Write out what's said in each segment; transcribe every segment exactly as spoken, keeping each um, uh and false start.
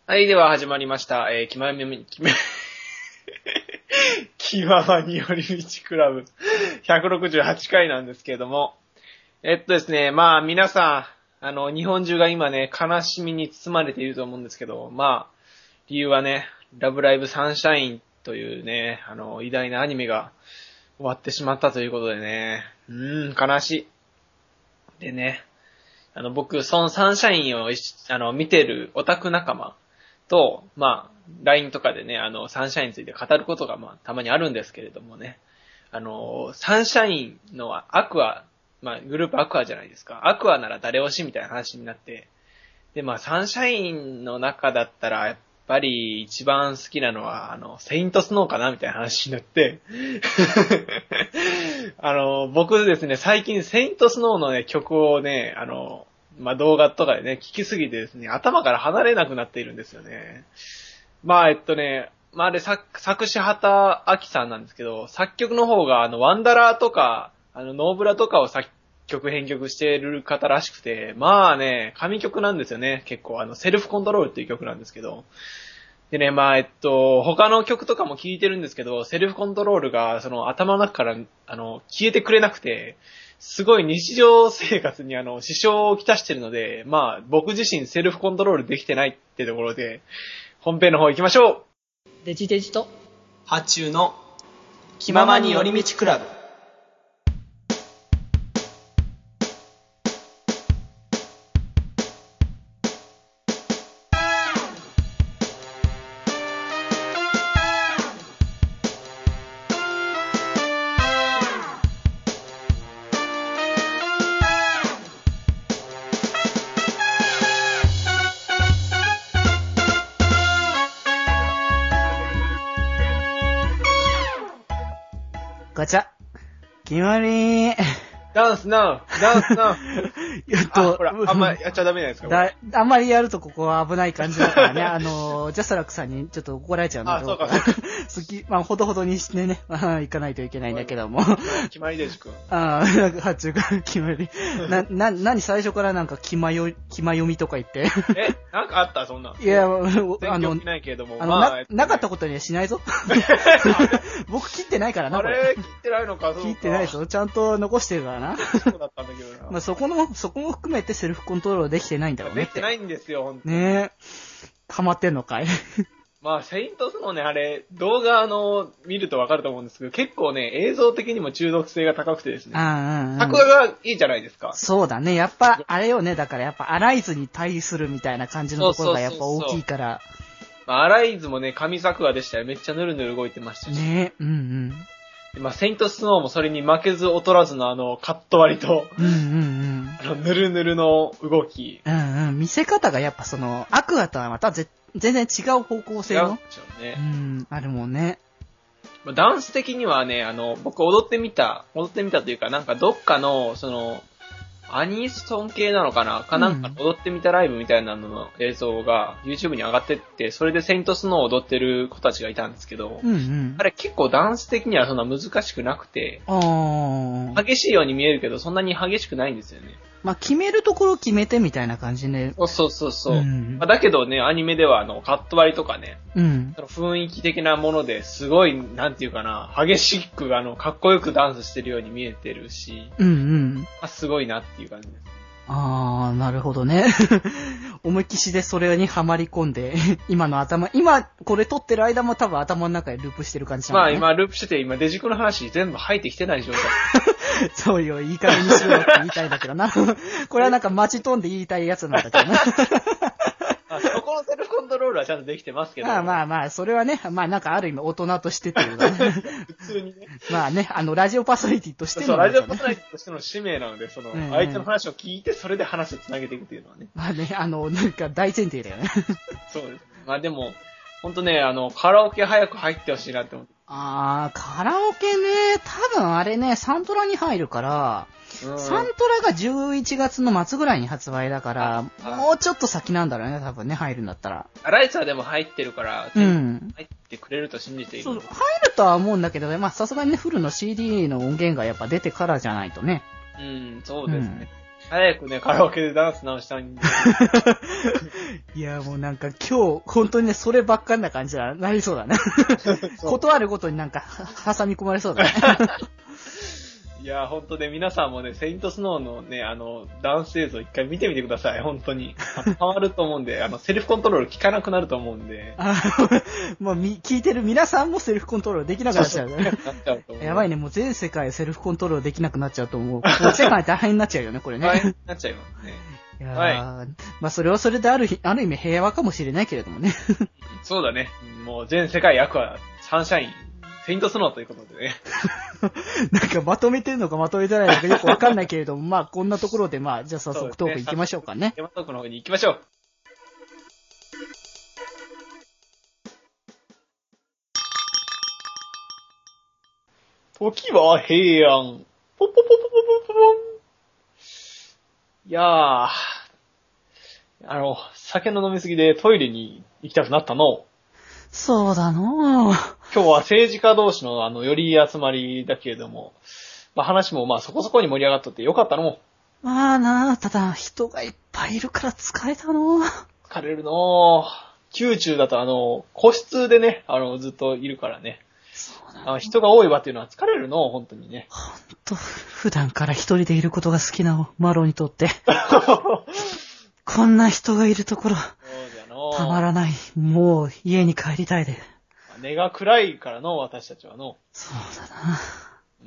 はい、では始まりました。えー、気まめみ、気ま、気ままに寄り道クラブひゃくろくじゅうはちかいなんですけれども、えっとですね、まあ皆さん、あの、日本中が今ね、悲しみに包まれていると思うんですけど、まあ、理由はね、ラブライブサンシャインというね、あの、偉大なアニメが終わってしまったということでね、うーん、悲しい。でね、あの、僕、そのサンシャインをあの見てるオタク仲間と、まあ、ライン とかでね、あの、サンシャインについて語ることが、まあ、たまにあるんですけれどもね、あの、サンシャインのアクア、まあ、グループアクアじゃないですか。アクアなら誰推しみたいな話になって、で、まあ、サンシャインの中だったら、やっぱり一番好きなのは、あの、セイントスノーかなみたいな話になって、あの、僕ですね、最近セイントスノーのね、曲をね、あの、まあ、動画とかでね、聞きすぎてですね、頭から離れなくなっているんですよね。まあ、えっとね、まあ、あれ作、作詞畑明さんなんですけど、作曲の方が、あの、ワンダラーとか、あの、ノーブラとかを作曲編曲している方らしくて、まあね、神曲なんですよね、結構。あの、セルフコントロールっていう曲なんですけど。でね、まあ、えっと、他の曲とかも聴いてるんですけど、セルフコントロールが、その、頭の中から、あの、消えてくれなくて、すごい日常生活にあの、支障をきたしてるので、まあ、僕自身セルフコントロールできてないってところで、本編の方行きましょう。 デジデジと発注の気ままに寄り道クラブ。 ガチャ決まりーダンスナウダンスナウえっと、 ほら、あんまやっちゃダメなんですかだあんまりやるとここは危ない感じだからね、あの、ジャスラックさんにちょっと怒られちゃうので、 あ、そうか。 好き、まあ、ほどほどにしてね、まあ、行かないといけないんだけども。 決まりでしくん。 ああ、なんか、発注が決まり。な、な、なに最初からなんか、気まよ、気ま読みとか言って。 え、なんかあったそんな。 いや、ああの、 の、 ないけれども、 あの、 まあ、 な、なかったことにはしないぞ。僕切ってないからな、 あこれ。 れ、切ってないのか、そうか。 切ってないぞ。ちゃんと残してるからな。 そうだったんだけどな。 まあ、そこの、そこも含めてセルフコントロールできてないんだろうね。 できてないんですよ、ほんとに。 ねえ。ハマってんのかいまあ、セイントスのね、あれ、動画あの、見るとわかると思うんですけど、結構ね、映像的にも中毒性が高くてですね。 うんうん、 作画がいいじゃないですか。 そうだね。やっぱ、あれよね。だからやっぱ、アライズに対するみたいな感じのところがやっぱ大きいから。 まあ、アライズもね、神作画でしたよ。めっちゃヌルヌル動いてましたし。 ねえ、うんうん。 まあ、セイントスノーもそれに負けず劣らずのあの、カット割りと、 うんうんうん。 あの、ヌルヌルの動き。 うんうん。見せ方がやっぱその、アクアとはまたぜ全然違う方向性の。 違うんでしょうね。 うん、あるもんね。 まあ、ダンス的にはね、あの、僕踊ってみた、踊ってみたというか、なんかどっかの、その、アニソン系なのかなかなんか踊ってみたライブみたいなのの映像が YouTube に上がってって、それでセイントスノーを踊ってる子たちがいたんですけど、 うんうん、 あれ結構ダンス的にはそんな難しくなくて、 あ激しいように見えるけど、そんなに激しくないんですよね。 まあ、決めるところ決めてみたいな感じで。 そうそうそうそう、 うんまあ、だけどね、アニメではあの、カット割りとかね、 うん、 その雰囲気的なものですごい、なんていうかな、激しく、あの、かっこよくダンスしてるように見えてるし、 うんうん。 まあ、すごいなっていう感じです。 あー、なるほどね。思いっきしでそれにはまり込んで、今の頭、今これ撮ってる間も多分頭の中でループしてる感じなんだね。 まあ今ループしてて、今デジクの話全部入ってきてない状態。 そうよ、いい加減にしようって言いたいんだけどな。これはなんか待ち飛んで言いたいやつなんだけどな。 あそこのセルフコントロールはちゃんとできてますけど。 まあまあまあ、それはね、まあなんかある意味大人としてっていうかね。 普通にね。 まあね、あの、ラジオパーソナリティとしての、 そう、ラジオパーソナリティとしての使命なので、その、 うんうん、 相手の話を聞いて、それで話をつなげていくっていうのはね。 まあね、あの、なんか大前提だよね。 そうです。まあでも、ほんとね、あの、カラオケ早く入ってほしいなって思って。 あー、カラオケね、多分あれね、サントラに入るから、サントラがじゅういちがつの末ぐらいに発売だから、もうちょっと先なんだろうね、多分ね、入るんだったら。 ライツはでも入ってるから、 うん。 入ってくれると信じている。 そう、入るとは思うんだけどね、まあさすがにね、フルの シーディー の音源がやっぱ出てからじゃないとね。 うん、そうですね。 早くね、カラオケでダンス直したいんで。 いや、もうなんか今日、本当にね、そればっかりな感じだなりそうだね。断るごとになんか、は挟み込まれそうだね。 いや、ほんとね、皆さんもね、セイントスノーのね、あの、ダンス映像一回見てみてください、本当に。変わると思うんで、あの、セルフコントロール効かなくなると思うんで。 あまあ、み、聞いてる皆さんもセルフコントロールできなくなっちゃうよね。 なっちゃうと思う。 やばいね、もう全世界セルフコントロールできなくなっちゃうと思う。もう世界大変になっちゃうよね、これね。 はい、なっちゃいますね。 いやー、 はいまあそれはそれである日、ある意味平和かもしれないけれどもね。 そうだね。もう全世界アクア、サンシャイン、セイントスノーということでね。 なんかまとめてるのかまとめてないのかよくわかんないけれども、まあこんなところでまあ、じゃあ早速トーク行きましょうかね。 テーマトークの方に行きましょう。時は平安。ポポポポポポポポン。いやー、あの、酒の飲みすぎでトイレに行きたくなったの。 そうだのう。 今日は政治家同士のあの、より集まりだけれども、まあ話もまあそこそこに盛り上がっとってよかったの。 まあなあ、ただ人がいっぱいいるから疲れたのう。 疲れるの。宮中だとあの、個室でね、あの、ずっといるからね。 そうだあの人が多い場っていうのは疲れるの、本当にね。 ほんと、普段から一人でいることが好きなマロにとって。こんな人がいるところ、 そうじゃの。 たまらない。もう家に帰りたいで。 根が暗いからの、私たちはの。 そうだな。 うん、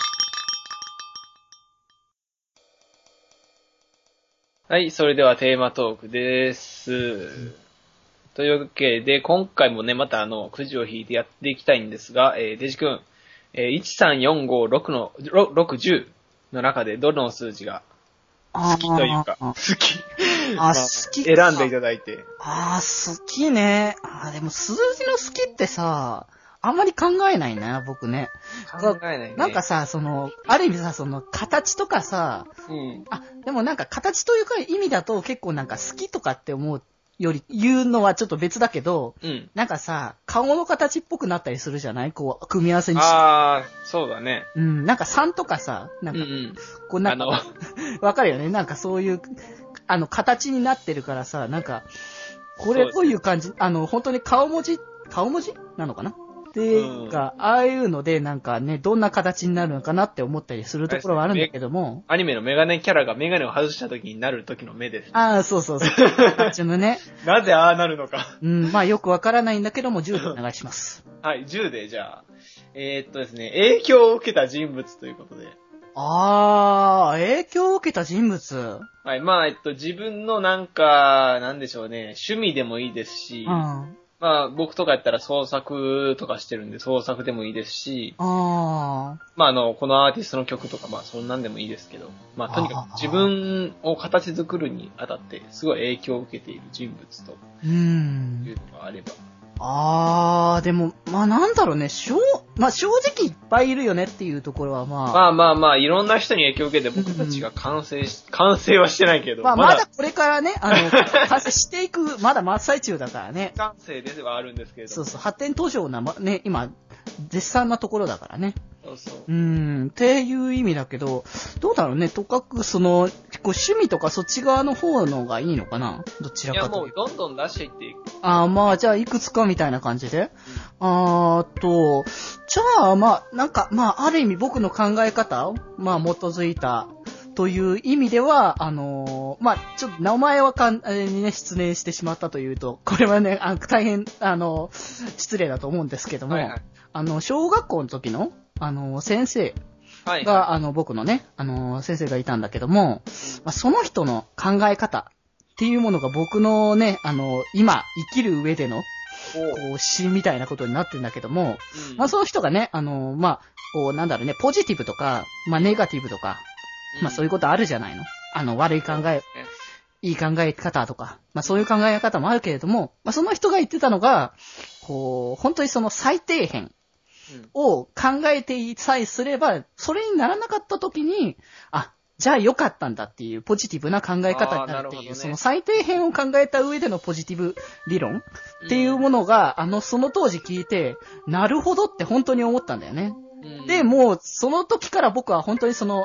はい、それではテーマトークです。うんというわけで、今回もね、またあの、くじを引いてやっていきたいんですが、えー、デジ君、えー、いちさんよんごろくの、ろく、じゅうの中でどの数字が好きというか、好き。 あ、 まあ、 好き選んでいただいて。 あー、好きね。あー、でも数字の好きってさ、あんまり考えないな、僕ね。 考えないね。 なんかさ、その、ある意味さ、その、形とかさ、 うん。 あ、でもなんか形というか意味だと結構なんか好きとかって思うより、言うのはちょっと別だけど、 うん。 なんかさ、顔の形っぽくなったりするじゃないこう、組み合わせにして。 あー、そうだね。 うん、なんかさんとかさ、なんか、 うんうん。 こうなんか、 あわかるよねなんかそういう、あの、形になってるからさ、なんか、これどういう感じ、あの、本当に顔文字、顔文字なのかなっていうか、ああいうので、なんかね、どんな形になるのかなって思ったりするところはあるんだけども。 アニメのメガネキャラがメガネを外した時になる時の目です、ね。 ああ、そうそうそう。あっちのね。 なぜああなるのか。 うん、まあよくわからないんだけども、じゅうでお願いします。 はい、じゅうでじゃあ。えー、っとですね、影響を受けた人物ということで。 ああ、影響を受けた人物。 はい、まあ、えっと、自分のなんか、なんでしょうね、趣味でもいいですし、 うん。 まあ、僕とかやったら創作とかしてるんで、創作でもいいですし、 ああ。 まあ、あの、このアーティストの曲とか、まあ、そんなんでもいいですけど、まあ、とにかく自分を形作るにあたって、すごい影響を受けている人物とうん。 いうのがあれば。 あー、でも、まあなんだろうね、しょう、まあ正直いっぱいいるよねっていうところはまあ。 まあまあまあ、いろんな人に影響を受けて僕たちが完成し、うん、完成はしてないけど。 まあまだこれからね、あの、完成していく、まだ真っ最中だからね。 完成ではあるんですけれども。 そうそう、発展途上な、ま、ね、今、絶賛なところだからね。 そうそう。 うーん、っていう意味だけど、どうだろうね、とかくその、こう趣味とかそっち側の方のがいいのかなどちらかというと。 いやもうどんどん出していっていく。 ああ、まあじゃあいくつかみたいな感じで。うん、あーと、じゃあまあ、なんか、まあある意味僕の考え方を、まあ基づいた、という意味では、あのー、まあ、ちょっと名前はかん、えー、にね、失念してしまったというと、これはね、あ大変、あのー、失礼だと思うんですけども、はいはい、あの、小学校の時の、あのー、先生が、はいはい、あの、僕のね、あのー、先生がいたんだけども、まあ、その人の考え方っていうものが僕のね、あのー、今、生きる上での、こう、詩みたいなことになってるんだけども、うん、まあ、その人がね、あのー、まあ、こう、なんだろうね、ポジティブとか、まあ、ネガティブとか、まあそういうことあるじゃないの。あの、悪い考え、いい考え方とか、まあそういう考え方もあるけれども、まあその人が言ってたのが、こう、本当にその最底辺を考えてさえすれば、それにならなかった時に、あ、じゃあ良かったんだっていうポジティブな考え方になるっていう、ね、その最底辺を考えた上でのポジティブ理論っていうものが、あの、その当時聞いて、なるほどって本当に思ったんだよね。で、もう、その時から僕は本当にその、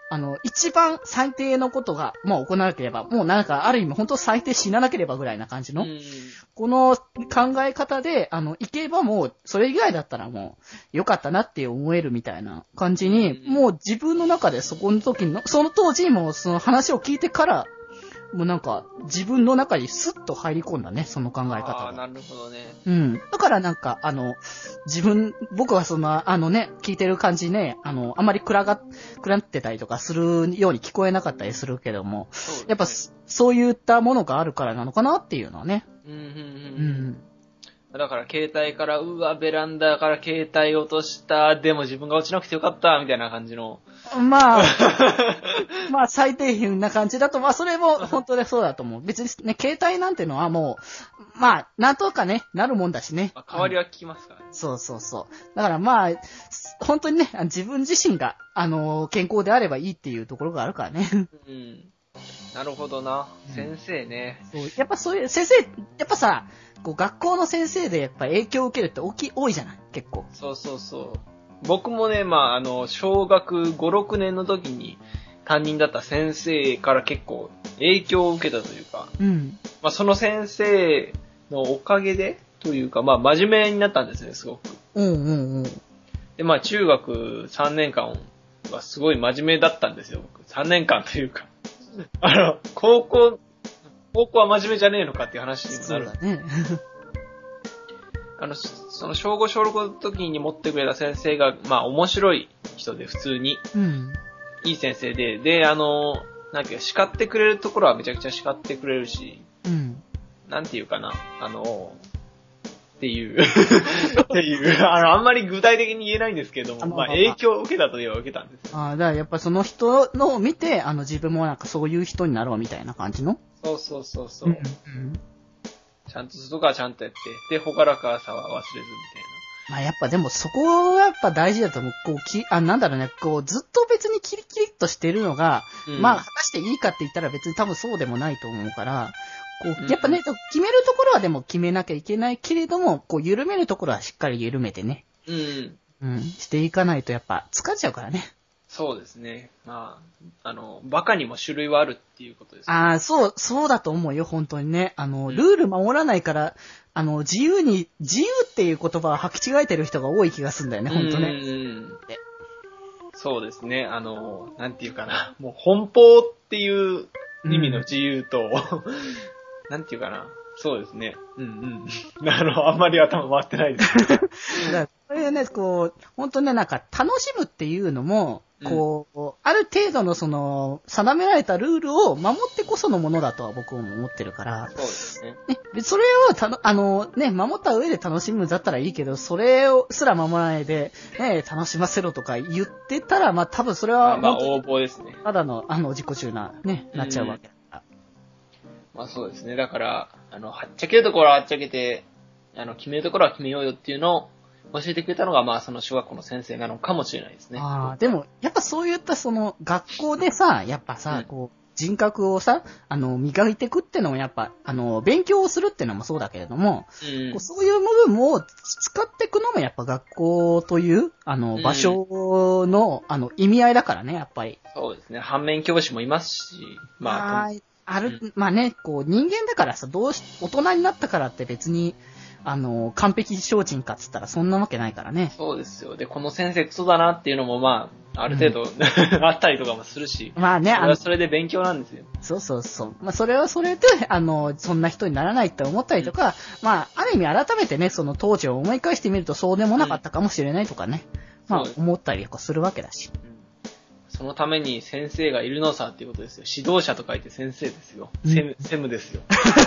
あの、一番最低のことが、もう行わなければ、もうなんか、ある意味本当最低死ななければぐらいな感じの、 うん、 この考え方で、あの、いけばもう、それ以外だったらもう、良かったなって思えるみたいな感じに、 うん、 もう自分の中でそこの時の、その当時もその話を聞いてから、もうなんか、自分の中にスッと入り込んだね、その考え方が。 ああ、なるほどね。 うん。だからなんか、あの、自分、僕はその、あのね、聞いてる感じね、あの、あまり暗が、暗ってたりとかするように聞こえなかったりするけども、 そうですね、 やっぱ、そういったものがあるからなのかなっていうのはね。 うんうんうん。 うんだから携帯から、うわ、ベランダから携帯落とした、でも自分が落ちなくてよかった、みたいな感じの。 まあ、まあ最低限な感じだと、まあそれも本当にそうだと思う。別にね、携帯なんてのはもう、まあ、なんとかね、なるもんだしね。 まあ、代わりは聞きますからね。 そうそうそう。だからまあ、本当にね、自分自身が、あの、健康であればいいっていうところがあるからね。 うん。なるほどな。先生ね。 そうやっぱそういう、先生、やっぱさ、こう学校の先生でやっぱ影響を受けるって大きい、多いじゃない結構。 そうそうそう。僕もね、まあ、あの、小学ご、ろくねんの時に担任だった先生から結構影響を受けたというか、 うん。 まあ、その先生のおかげで、というか、まあ、真面目になったんですね、すごく。 うんうんうん。 で、まあ、中学さんねんかんはすごい真面目だったんですよ、僕。さんねんかんというか。あの、高校、高校は真面目じゃねえのかっていう話にもなる。 そうだね。 あの、その小ご、小ろくの時に持ってくれた先生が、まあ面白い人で普通に、 うん。 いい先生で、で、あの、なんていうか、叱ってくれるところはめちゃくちゃ叱ってくれるし、 うん。 なんていうかな、あの、っていう、っていう、あの、あんまり具体的に言えないんですけども、まあ影響を受けたといえば受けたんですよ。 ああ、だからやっぱその人のを見て、あの自分もなんかそういう人になろうみたいな感じの。 そうそうそうそう。 うんうん。 ちゃんとするとこはちゃんとやって、で、ほがらかさは忘れずみたいな。 まあやっぱでもそこはやっぱ大事だと思う。こう、き、あ、なんだろうね、こう、ずっと別にキリキリっとしてるのが、 うん、 まあ果たしていいかって言ったら別に多分そうでもないと思うから、こうんう、やっぱね、決めるところはでも決めなきゃいけないけれども、こう、緩めるところはしっかり緩めてね。 うん。 うん。していかないとやっぱ疲れちゃうからね。 そうですね。まあ、あの、バカにも種類はあるっていうことです、ね。 ああ、そう、そうだと思うよ、本当にね。あの、 うんルール守らないから、あの、自由に、自由っていう言葉を履き違えてる人が多い気がするんだよね、本当ね。 うん。そうですね。あの、なんていうかな。もう奔放っていう意味の自由と、うん、なんていうかな。そうですね。うんうん。あの、あんまり頭回ってないです。 だからそういうね、こう、本当ね、なんか楽しむっていうのも、こう、うん、ある程度のその、定められたルールを守ってこそのものだとは僕も思ってるから。 そうですね。 ね、それをた、あの、ね、守った上で楽しむんだったらいいけど、それをすら守らないで、ね、楽しませろとか言ってたら、まあ多分それは、 まあ、横暴ですね。 ただの、あの、自己中な、ね、なっちゃうわけだから。 まあそうですね。だから、あの、はっちゃけるところははっちゃけて、あの、決めるところは決めようよっていうのを、教えてくれたのが、まあ、その小学校の先生なのかもしれないですね。 ああ、でも、やっぱそういったその、学校でさ、やっぱさ、うん、こう、人格をさ、あの、磨いていくってのもやっぱ、あの、勉強をするってのもそうだけれども、うん、こうそういう部分も使っていくのもやっぱ学校という、あの、場所の、うん、あの、意味合いだからね、やっぱり。 そうですね。反面教師もいますし、まあ。 あある、うん、まあね、こう、人間だからさ、どうし、大人になったからって別に、あの、完璧精進かっつったらそんなわけないからね。 そうですよ。で、この先生クソだなっていうのもまあ、ある程度、うん、あったりとかもするし。 まあね、 それはそれで勉強なんですよ。 そうそうそう。まあそれはそれで、あの、そんな人にならないって思ったりとか、うん、まあ、ある意味改めてね、その当時を思い返してみるとそうでもなかったかもしれないとかね。うん、まあ、思ったりとかするわけだし。 うんそのために先生がいるのさっていうことですよ。指導者と書いて先生ですよ。セム、セムですよ。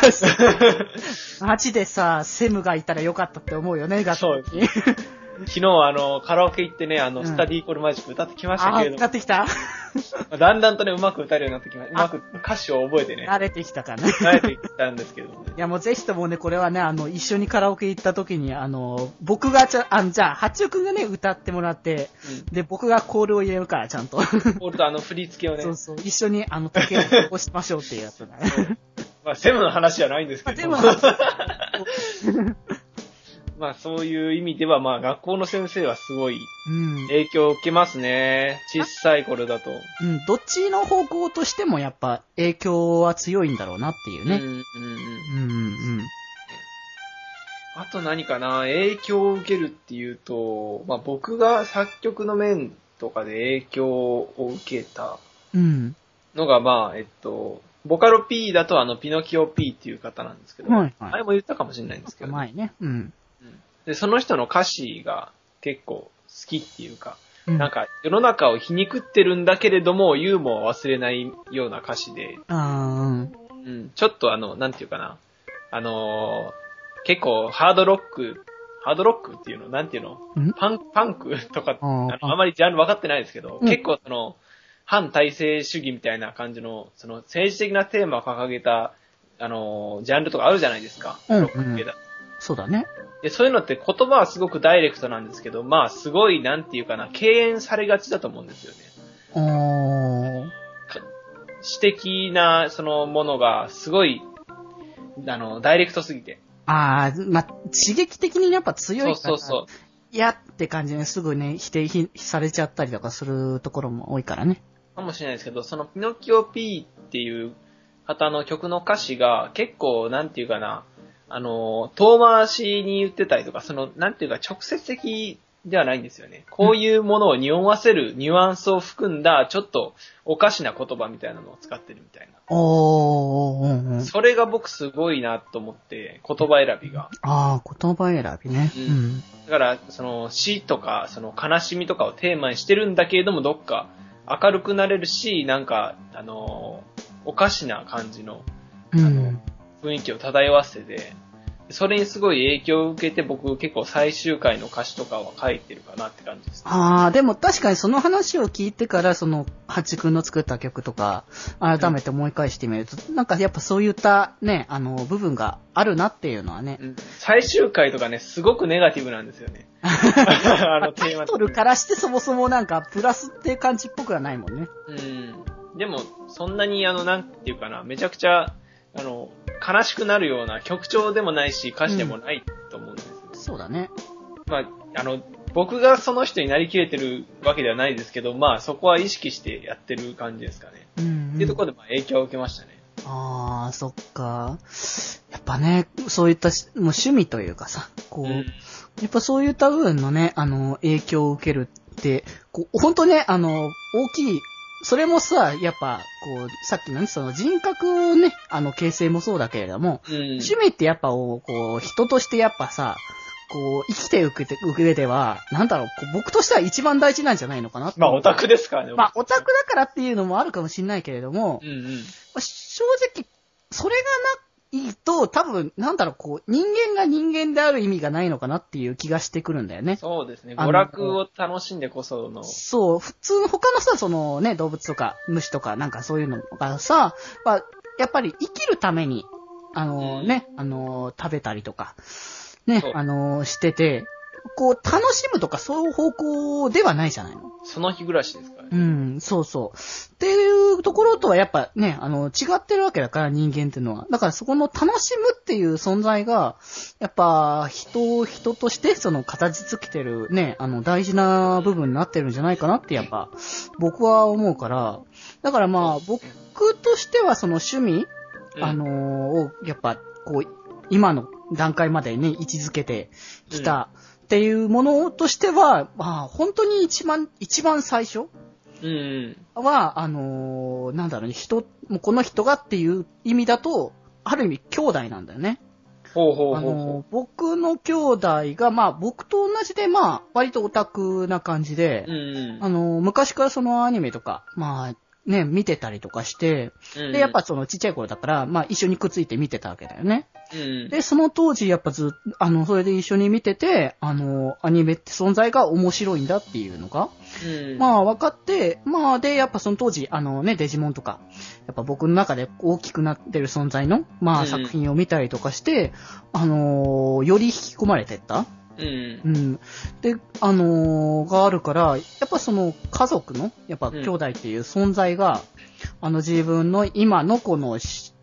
マジでさ、セムがいたらよかったって思うよね、学校に。 昨日あの、カラオケ行ってね、あの、うん、スタディーコールマジック歌ってきましたけれども。 あ、歌ってきただんだんとね、うまく歌えるようになってきました。うまく歌詞を覚えてね。 慣れてきたかな。 慣れてきたんですけどね。 いやもうぜひともね、これはね、あの、一緒にカラオケ行った時に、あの、僕がちゃ、あの、じゃあ、八代くんがね、歌ってもらって、うん、で、僕がコールを入れるから、ちゃんと。コールとあの、振り付けをね。 そうそう、一緒に、あの、時計を起こしましょうっていうやつだね。 まあ、セムの話じゃないんですけど。 まあ、セムの話。 まあそういう意味では、まあ学校の先生はすごいうん。 影響を受けますね。小さい頃だと。 うん、どっちの方向としてもやっぱ影響は強いんだろうなっていうね。 うんうんうん。 うん、うん、うん。 あと何かな、影響を受けるっていうと、まあ僕が作曲の面とかで影響を受けたうん。 のが、まあ、えっと、ボカロ P だとあの、ピノキオ P っていう方なんですけど、 はいはい前も言ったかもしれないんですけど、 前ね。うん。 うんで、その人の歌詞が結構好きっていうか、 うん、 なんか世の中を皮肉ってるんだけれども、ユーモアを忘れないような歌詞で、 あー、うん。 うん、ちょっとあの、なんていうかな、あのー結構ハードロック、ハードロックっていうの、なんていうのんパン、パンクとか、 ああーのあまりジャンル分かってないですけど、 うん結構その、反体制主義みたいな感じの、その政治的なテーマを掲げた、あのージャンルとかあるじゃないですか。 うんロック系だと。 そうだね。 で、そういうのって言葉はすごくダイレクトなんですけど、まあすごい、なんていうかな、敬遠されがちだと思うんですよね。 おー。 か詩的な、そのものが、すごい、あの、ダイレクトすぎて。 あー、ま、刺激的にやっぱ強そういから。 そうそう。 いやって感じですぐね、否定ひされちゃったりとかするところも多いからね。 かもしれないですけど、そのピノキオ P っていう方の曲の歌詞が結構、なんていうかな、あの、遠回しに言ってたりとか、その、なんていうか直接的ではないんですよね。こういうものを匂わせるニュアンスを含んだ、ちょっとおかしな言葉みたいなのを使ってるみたいな。 おー、うんうん。 それが僕すごいなと思って、言葉選びが。 あー、言葉選びね。 ううんん。 だから、その死とか、その悲しみとかをテーマにしてるんだけれども、どっか明るくなれるし、なんか、あのーおかしな感じのうん。 雰囲気を漂わせて、それにすごい影響を受けて僕結構最終回の歌詞とかは書いてるかなって感じです。 あー、でも確かにその話を聞いてから、その、ハチ君の作った曲とか、改めて思い返してみると、うん、なんかやっぱそういったね、あの、部分があるなっていうのはね。 うん、最終回とかね、すごくネガティブなんですよね。あのタイトルからしてそもそもなんか、プラスっていう感じっぽくはないもんね。 うん。でも、そんなにあの、なんていうかな、めちゃくちゃ、あの、悲しくなるような曲調でもないし、歌詞でもないと思うんですよ、 うん。そうだね。 まあ、あの、僕がその人になりきれてるわけではないですけど、まあそこは意識してやってる感じですかね。 うん、うん。 っていうところでまあ影響を受けましたね。 あー、そっか。やっぱね、そういったもう趣味というかさ、こう、うん、やっぱそういった部分のね、あの、影響を受けるって、こう、ほんとね、あの、大きい、それもさ、やっぱ、こう、さっきのね、その人格ね、あの、形成もそうだけれども、うん、趣味ってやっぱ、こう、人としてやっぱさ、こう、生きていく上では、なんだろう、こう僕としては一番大事なんじゃないのかなって。 まあ、オタクですからね。 まあ、オタクだからっていうのもあるかもしれないけれども、 うんうんまあ、正直、それがないと、多分、なんだろう、こう、人間が人間である意味がないのかなっていう気がしてくるんだよね。 そうですね。娯楽を楽しんでこその。 そう、普通の他のさ、そのね、動物とか虫とかなんかそういうのがさ、まあ、やっぱり生きるために、あのー、ね、あのー、食べたりとか、ね、あのー、してて、こう、楽しむとかそういう方向ではないじゃないの。 その日暮らしですからね。 うん、そうそう。っていうところとはやっぱね、あの、違ってるわけだから人間っていうのは。だからそこの楽しむっていう存在が、やっぱ人を人としてその形づけてるね、あの大事な部分になってるんじゃないかなってやっぱ僕は思うから、だからまあ僕としてはその趣味、うん、あのー、をやっぱこう、今の段階までね、位置づけてきた、うんっていうものとしては、まあ、本当に一番、一番最初うんは、あのー、なんだろうね、人、もうこの人がっていう意味だと、ある意味兄弟なんだよね。 ほうほうほうほう。 あのー、僕の兄弟が、まあ、僕と同じで、まあ、割とオタクな感じで、 うんうん、 あのー、昔からそのアニメとか、まあ、ね、見てたりとかして、うんうん、で、やっぱそのちっちゃい頃だから、まあ一緒にくっついて見てたわけだよね。 うん、 で、その当時やっぱずっと、あの、それで一緒に見てて、あの、アニメって存在が面白いんだっていうのが、うん、まあ分かって、まあで、やっぱその当時、あのね、デジモンとか、やっぱ僕の中で大きくなってる存在の、まあ作品を見たりとかして、うん、あの、より引き込まれてった。 うん。 うん。で、あのー、があるから、やっぱその家族の、やっぱ兄弟っていう存在が、うん、あの自分の今のこの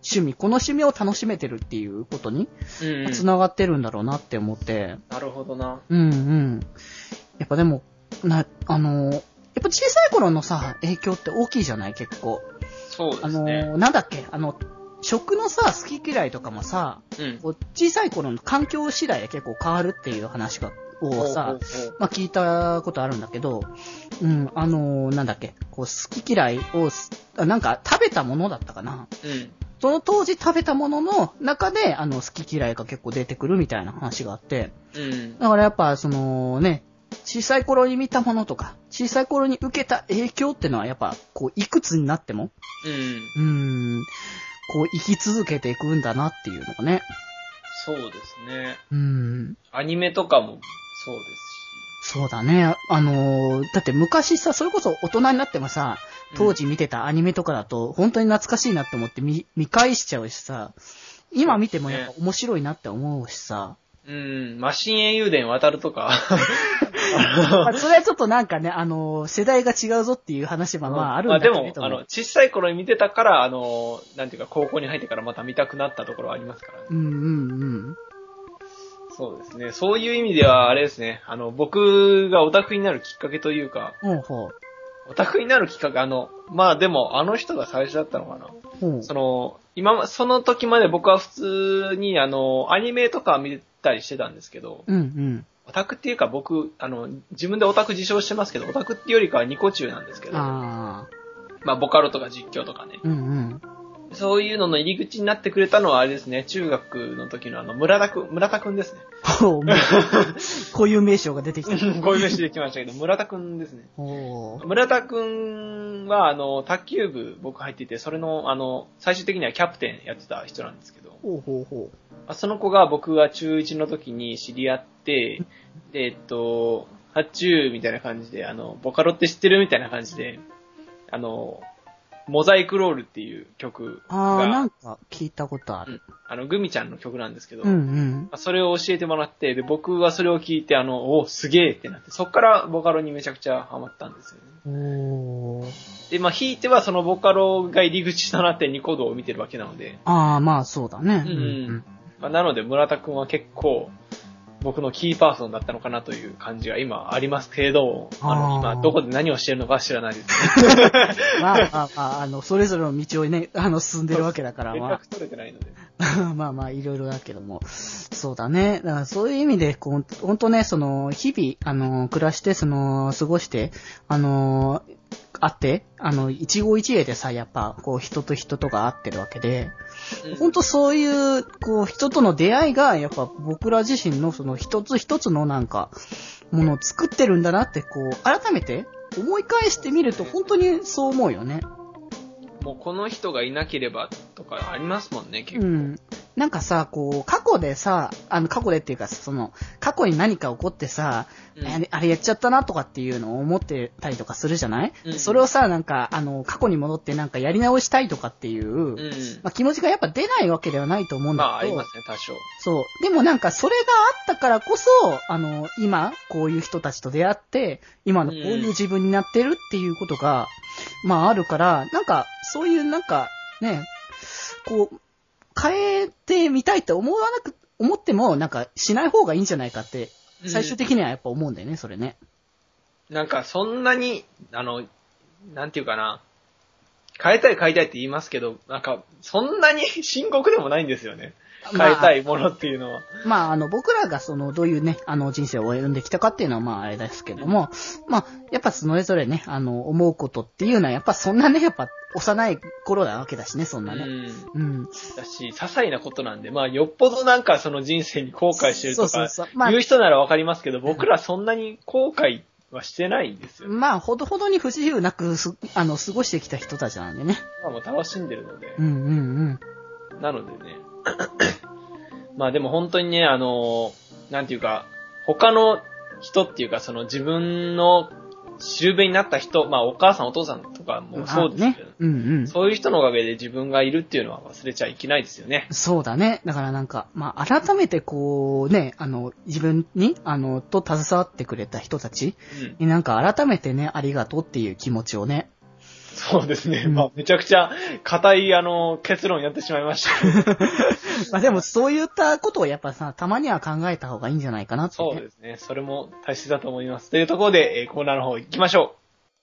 趣味、この趣味を楽しめてるっていうことに、 うんうん、 繋がってるんだろうなって思って。 なるほどな。 うんうん。やっぱでも、な、あの、やっぱ小さい頃のさ、影響って大きいじゃない結構。 そうですね。 あの、なんだっけあの、食のさ、好き嫌いとかもさ、うん、小さい頃の環境次第で結構変わるっていう話が、をさ、ほうほうほう、まあ、聞いたことあるんだけど、うん、あのー、なんだっけ、こう、好き嫌いを、なんか食べたものだったかな。うん。その当時食べたものの中で、あの、好き嫌いが結構出てくるみたいな話があって、うん。だからやっぱ、そのね、小さい頃に見たものとか、小さい頃に受けた影響ってのはやっぱ、こう、いくつになっても、うん。うん。こう、生き続けていくんだなっていうのがね。 そうですね。 うん。 アニメとかもそうですし。そうだね。あのー、だって昔さ、それこそ大人になってもさ、当時見てたアニメとかだと、本当に懐かしいなって思って見、見返しちゃうしさ、今見てもやっぱ面白いなって思うしさ。 うん、マシン英雄伝渡るとか。 それはちょっとなんかね、あのー、世代が違うぞっていう話はまああるんだけど、 まあ、でも、あの、小さい頃に見てたから、あのー、なんていうか高校に入ってからまた見たくなったところはありますからね。 うんうんうん。 そうですね。そういう意味では、あれですね。あの、僕がオタクになるきっかけというか、 ほうほう。 オタクになるきっかけ、あの、まあでも、あの人が最初だったのかな。ほう。その、今、その時まで僕は普通に、あの、アニメとか見たりしてたんですけど、 うんうん。 オタクっていうか僕、あの、自分でオタク自称してますけど、オタクっていうよりかはニコ中なんですけど、あまあ、ボカロとか実況とかね。 うんうん。 そういうのの入り口になってくれたのはあれですね、中学の時のあの、村田くん、村田くんですね。 ほう、こういう名称が出てきた。 こういう名称できましたけど、村田くんですね。村田くんは、あの、卓球部僕入っていて、それの、あの、最終的にはキャプテンやってた人なんですけど、 ほうほうほう。その子が僕が中いちの時に知り合って、で、えっと、ハッチューみたいな感じで、あの、ボカロって知ってるみたいな感じで、あの、モザイクロールっていう曲が。 ああ、なんか聞いたことある。うん、 あの、グミちゃんの曲なんですけど、 うんうん、 それを教えてもらって、で、僕はそれを聞いて、あの、おすげえってなって、そっからボカロにめちゃくちゃハマったんですよね。 おで、まあ、ひいてはそのボカロが入り口となってニコ動を見てるわけなので。 ああ、まあそうだね。 うん、うんうんまあ、なので、村田くんは結構、僕のキーパーソンだったのかなという感じが今ありますけど、あの、今どこで何をしてるのか知らないですね。 まあまあまあ、あの、それぞれの道をね、あの、進んでるわけだから、まあ。 連絡取れてないので。 まあまあ、いろいろだけども。そうだね。だからそういう意味で、こう、ほんとね、その、日々、あの、暮らして、その、過ごして、あの、あって、あの、一期一会でさ、やっぱ、こう、人と人とが会ってるわけで、うん、ほんとそういう、こう、人との出会いが、やっぱ僕ら自身のその一つ一つのなんか、ものを作ってるんだなって、こう、改めて思い返してみると、本当にそう思うよね。 もうこの人がいなければとかありますもんね、結構。 うん。なんかさ、こう、過去でさ、あの、過去でっていうか、その、過去に何か起こってさ、うん、あれ、あれやっちゃったなとかっていうのを思ってたりとかするじゃない、うん、それをさ、なんか、あの、過去に戻ってなんかやり直したいとかっていう、うん、まあ、気持ちがやっぱ出ないわけではないと思うんだけど。 まあ、ありますね、多少。 そう。でもなんか、それがあったからこそ、あの、今、こういう人たちと出会って、今のこういう自分になってるっていうことが、うん、まあ、あるから、なんか、そういうなんか、ね、こう、変えてみたいって思わなく、思っても、なんか、しない方がいいんじゃないかって、最終的にはやっぱ思うんだよね、うん、それね。 なんか、そんなに、あの、なんていうかな、変えたい変えたいって言いますけど、なんか、そんなに深刻でもないんですよね。変えたいものっていうのは。 まあ、まあ、あの、僕らがその、どういうね、あの、人生を歩んできたかっていうのは、まあ、あれですけども、うん、まあ、やっぱそれぞれね、あの、思うことっていうのは、やっぱそんなね、やっぱ、幼い頃なわけだしね、そんなね。うん。うん。 だし、些細なことなんで、まあ、よっぽどなんかその人生に後悔してるとか、そうそうそう、まあ、言う人ならわかりますけど、僕らそんなに後悔はしてないんですよ、ね。 まあ、ほどほどに不自由なくす、あの、過ごしてきた人たちなんでね。 まあ、もう楽しんでるので。 うんうんうん。なのでね。まあでも本当にね、あの、なんていうか、他の人っていうか、その自分のしるべになった人、まあお母さんお父さんとかもそうですけど、ねうんうん、そういう人のおかげで自分がいるっていうのは忘れちゃいけないですよね。 そうだね。だからなんか、まあ改めてこうね、あの、自分に、あの、と携わってくれた人たちになんか改めてね、ありがとうっていう気持ちをね、 そうですね。 うんまあ、めちゃくちゃ硬い、あの、結論やってしまいましたけど。 まあでもそういったことをやっぱさ、たまには考えた方がいいんじゃないかなって、ね。 そうですね。それも大切だと思います。というところで、えーコーナーの方行きましょう。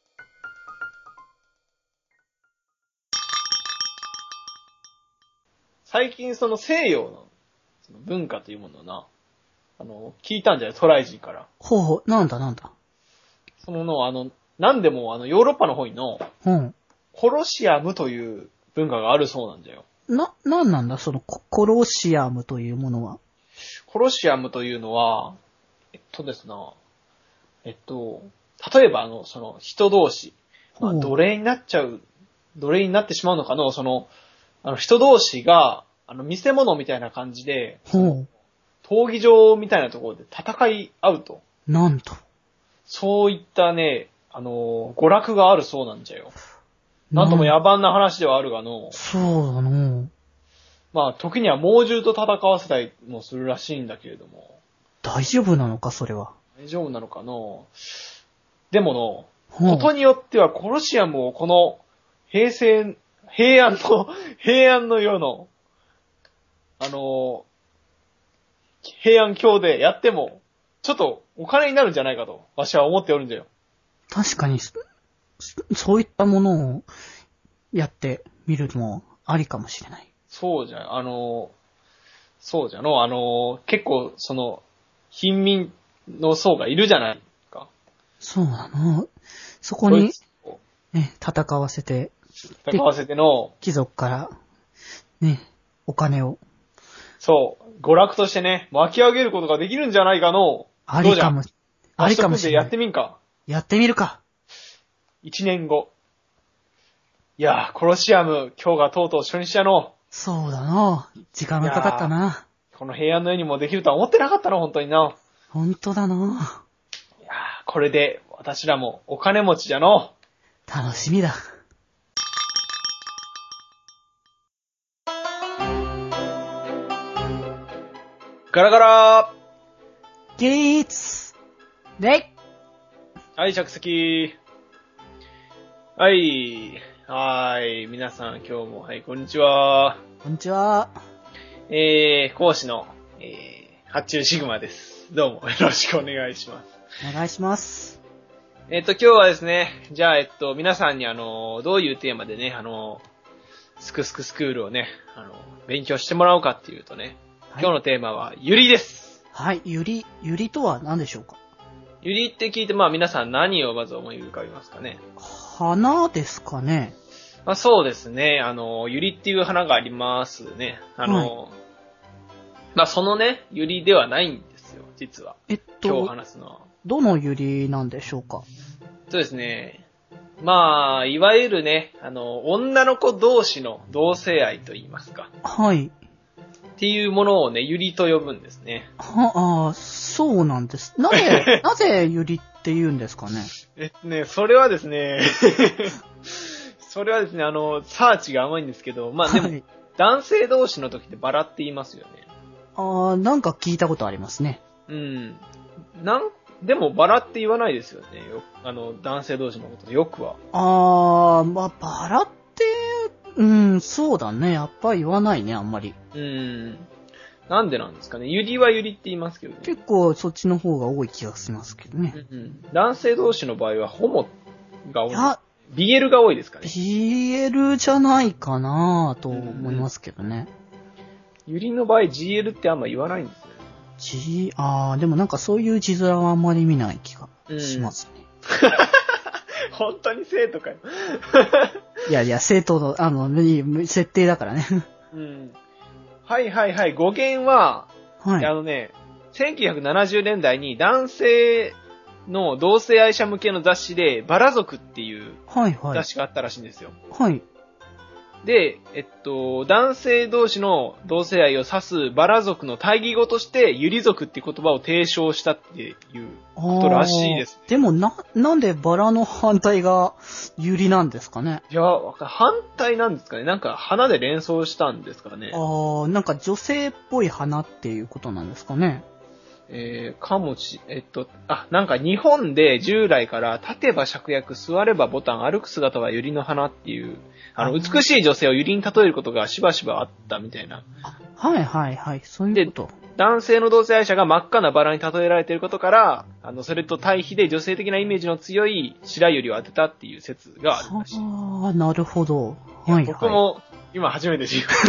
最近その西洋のその文化というものをな、あの、聞いたんじゃないトライジーから。 ほうほう、なんだなんだ。 そのの、あの、なんでもあの、ヨーロッパの方にの、 うん。 コロシアムという文化があるそうなんだよ。 な、なんなんだそのココロシアムというものは。 コロシアムというのは、えっとですな、えっと、例えばあの、その人同士、まあ、 ほう奴隷になっちゃう、奴隷になってしまうのかの、その、あの人同士が、あの、見せ物みたいな感じで、 ほ闘技場みたいなところで戦い合うと。 う。なんと。 そういったね、あの、娯楽があるそうなんじゃよ。なんとも野蛮な話ではあるがの、 そうだの。 まあ、時には猛獣と戦わせたりもするらしいんだけれども、 大丈夫なのか、それは。 大丈夫なのかの。でもの、 ほうことによってはコロシアムをこの平成、平安の、平安の世の、あの、平安京でやっても、ちょっとお金になるんじゃないかと、わしは思っておるんだよ。 確かに、そそういったものをやってみるのもありかもしれない。 そうじゃ、あの、そうじゃの、あの、結構、その、貧民の層がいるじゃないか。 そうだな。そこにそいつをね、戦わせて、 戦わせての、 貴族から、ね、お金を、 そう、娯楽としてね、巻き上げることができるんじゃないかの。 ありかもどうじ、 ありかもしれない。 やってみんか。 やってみるか。 一年後。いやー、コロシアム、今日がとうとう初日やの。 そうだな。時間がかかったな。 この平安の世にもできるとは思ってなかったの、本当にな。 ほんとだな。 いやー、これで私らもお金持ちじゃの。 楽しみだ。 ガラガラ起立で、 ーはい、着席。はい。はーい。皆さん、今日も、はい、こんにちは。 こんにちは。 えー、講師の、えー、発注シグマです。どうも、よろしくお願いします。 お願いします。 えっと、今日はですね、じゃあ、えっと、皆さんにあの、どういうテーマでね、あの、スクスクスクールをね、あの、勉強してもらおうかっていうとね、 はい今日のテーマは、ゆりです。 はい、ゆり、ゆりとは何でしょうか？ ゆりって聞いて、まあ皆さん何をまず思い浮かびますかね。 花ですかね？ まあそうですね、あの、ゆりっていう花がありますね。あの、まあそのね、ゆりではないんですよ、実は。 えっ今日と、 話すのは。 どのゆりなんでしょうか？ そうですね。まあ、いわゆるね、あの、女の子同士の同性愛と言いますか。 はい。 っていうものをね、ゆりと呼ぶんですね。 は、あーそうなんです。なぜ、なぜゆりって言うんですかね？ えっとね、それはですね、それはですね、あの、サーチが甘いんですけど、まあでも、 はい。 男性同士の時ってバラって言いますよね。 ああ、なんか聞いたことありますね。 うん。なん、でもバラって言わないですよね。よあの、男性同士のことでよくは。 ああ、まあ、バラって、うん、そうだね。やっぱり言わないね、あんまり。 うん。なんでなんですかね。ゆりはゆりって言いますけどね。 結構そっちの方が多い気がしますけどね。 うんうん、男性同士の場合はホモが多い。 いや、 ビーエル が多いですかね。 ビーエル じゃないかなと思いますけどね。 ゆりの場合 ジーエル ってあんま言わないんですよね。 G、あー、でもなんかそういう字面はあんまり見ない気がしますね。 本当に生徒かよ。 いやいや、生徒の、あの、ね設定だからね。 うん。はいはいはい。語源は、 はい。 あのね、せんきゅうひゃくななじゅうねんだいに男性の同性愛者向けの雑誌で、バラ族っていうはいはい雑。誌があったらしいんですよ。 はい。 で、えっと、男性同士の同性愛を指すバラ族の対義語として、ユリ族っていう言葉を提唱したっていうことらしいです。 でもな、なんでバラの反対がユリなんですかね？ いや、反対なんですかね。なんか花で連想したんですかね。 あー、なんか女性っぽい花っていうことなんですかね？ えー、かもし、えっと、あ、なんか日本で従来から立てば芍薬、座ればボタン、歩く姿は百合の花っていう、あの、美しい女性を百合に例えることがしばしばあったみたいな。 はいはいはい、そういうこと。 男性の同性愛者が真っ赤なバラに例えられていることから、あの、それと対比で女性的なイメージの強い白百合を当てたっていう説があるらしい。 ああ、なるほど。はいはい。 僕も今初めて知りました。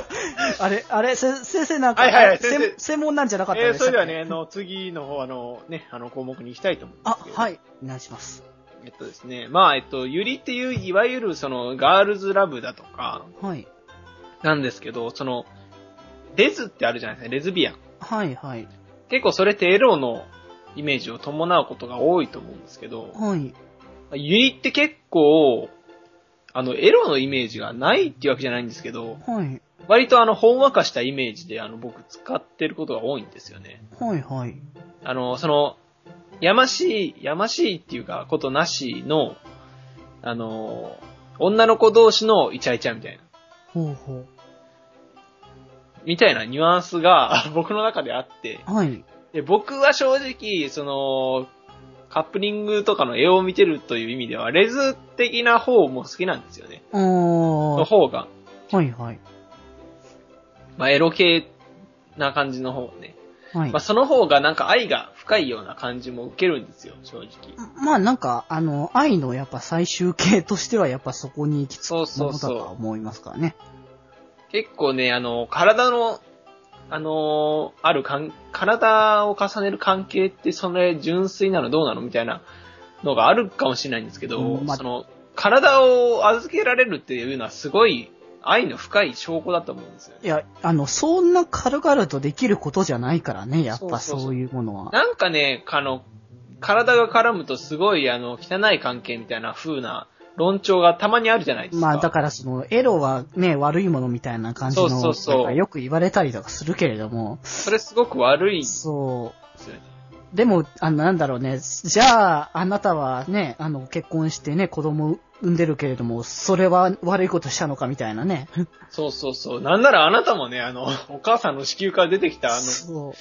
あれ、あれ、せ先生なんか、 はいはいはい、先生専門なんじゃなかったですか？ えー、それではね、あの、次の方、あの、ね、あの、項目に行きたいと思うんですけど。 あ、はい。お願いします。 えっとですね、まあ、えっと、ゆりっていう、いわゆるその、ガールズラブだとか、 はい。 なんですけど、その、レズってあるじゃないですか、レズビアン。 はいはい。 結構それってエロのイメージを伴うことが多いと思うんですけど、 はい。 ゆりって結構、あの、エロのイメージがないっていうわけじゃないんですけど、 はい。 割とあの、ほんわかしたイメージで、あの、僕使ってることが多いんですよね。 はいはい。 あの、その、やましい、やましいっていうか、ことなしの、あの、女の子同士のイチャイチャみたいな。 ほうほう。 みたいなニュアンスが僕の中であって、 はい。 で僕は正直、その、カップリングとかの絵を見てるという意味では、レズ的な方も好きなんですよね。 あー。 の方が。 はいはい。 まあ、エロ系な感じの方ね。 はい。 まあ、その方がなんか愛が深いような感じも受けるんですよ、正直。 まあなんか、あの、愛のやっぱ最終形としてはやっぱそこに行き着くものだとは思いますからね。 結構ね、あの、体の、あのー、あるかん、体を重ねる関係ってそれ純粋なのどうなのみたいなのがあるかもしれないんですけど、うんまあ、その、体を預けられるっていうのはすごい愛の深い証拠だと思うんですよ、ね。 いや、あの、そんな軽々とできることじゃないからね、やっぱそういうものは。 そうそうそうなんかね、あの、体が絡むとすごい、あの、汚い関係みたいな風な論調がたまにあるじゃないですか。 まあだからその、エロはね、悪いものみたいな感じの、そうそうそうよく言われたりとかするけれども。 それすごく悪い。 そう。でも、あの、なんだろうね、じゃあ、あなたはね、あの、結婚してね、子供産んでるけれども、それは悪いことしたのかみたいなね。 そうそうそう。なんならあなたもね、あの、お母さんの子宮から出てきた、あの、 そう。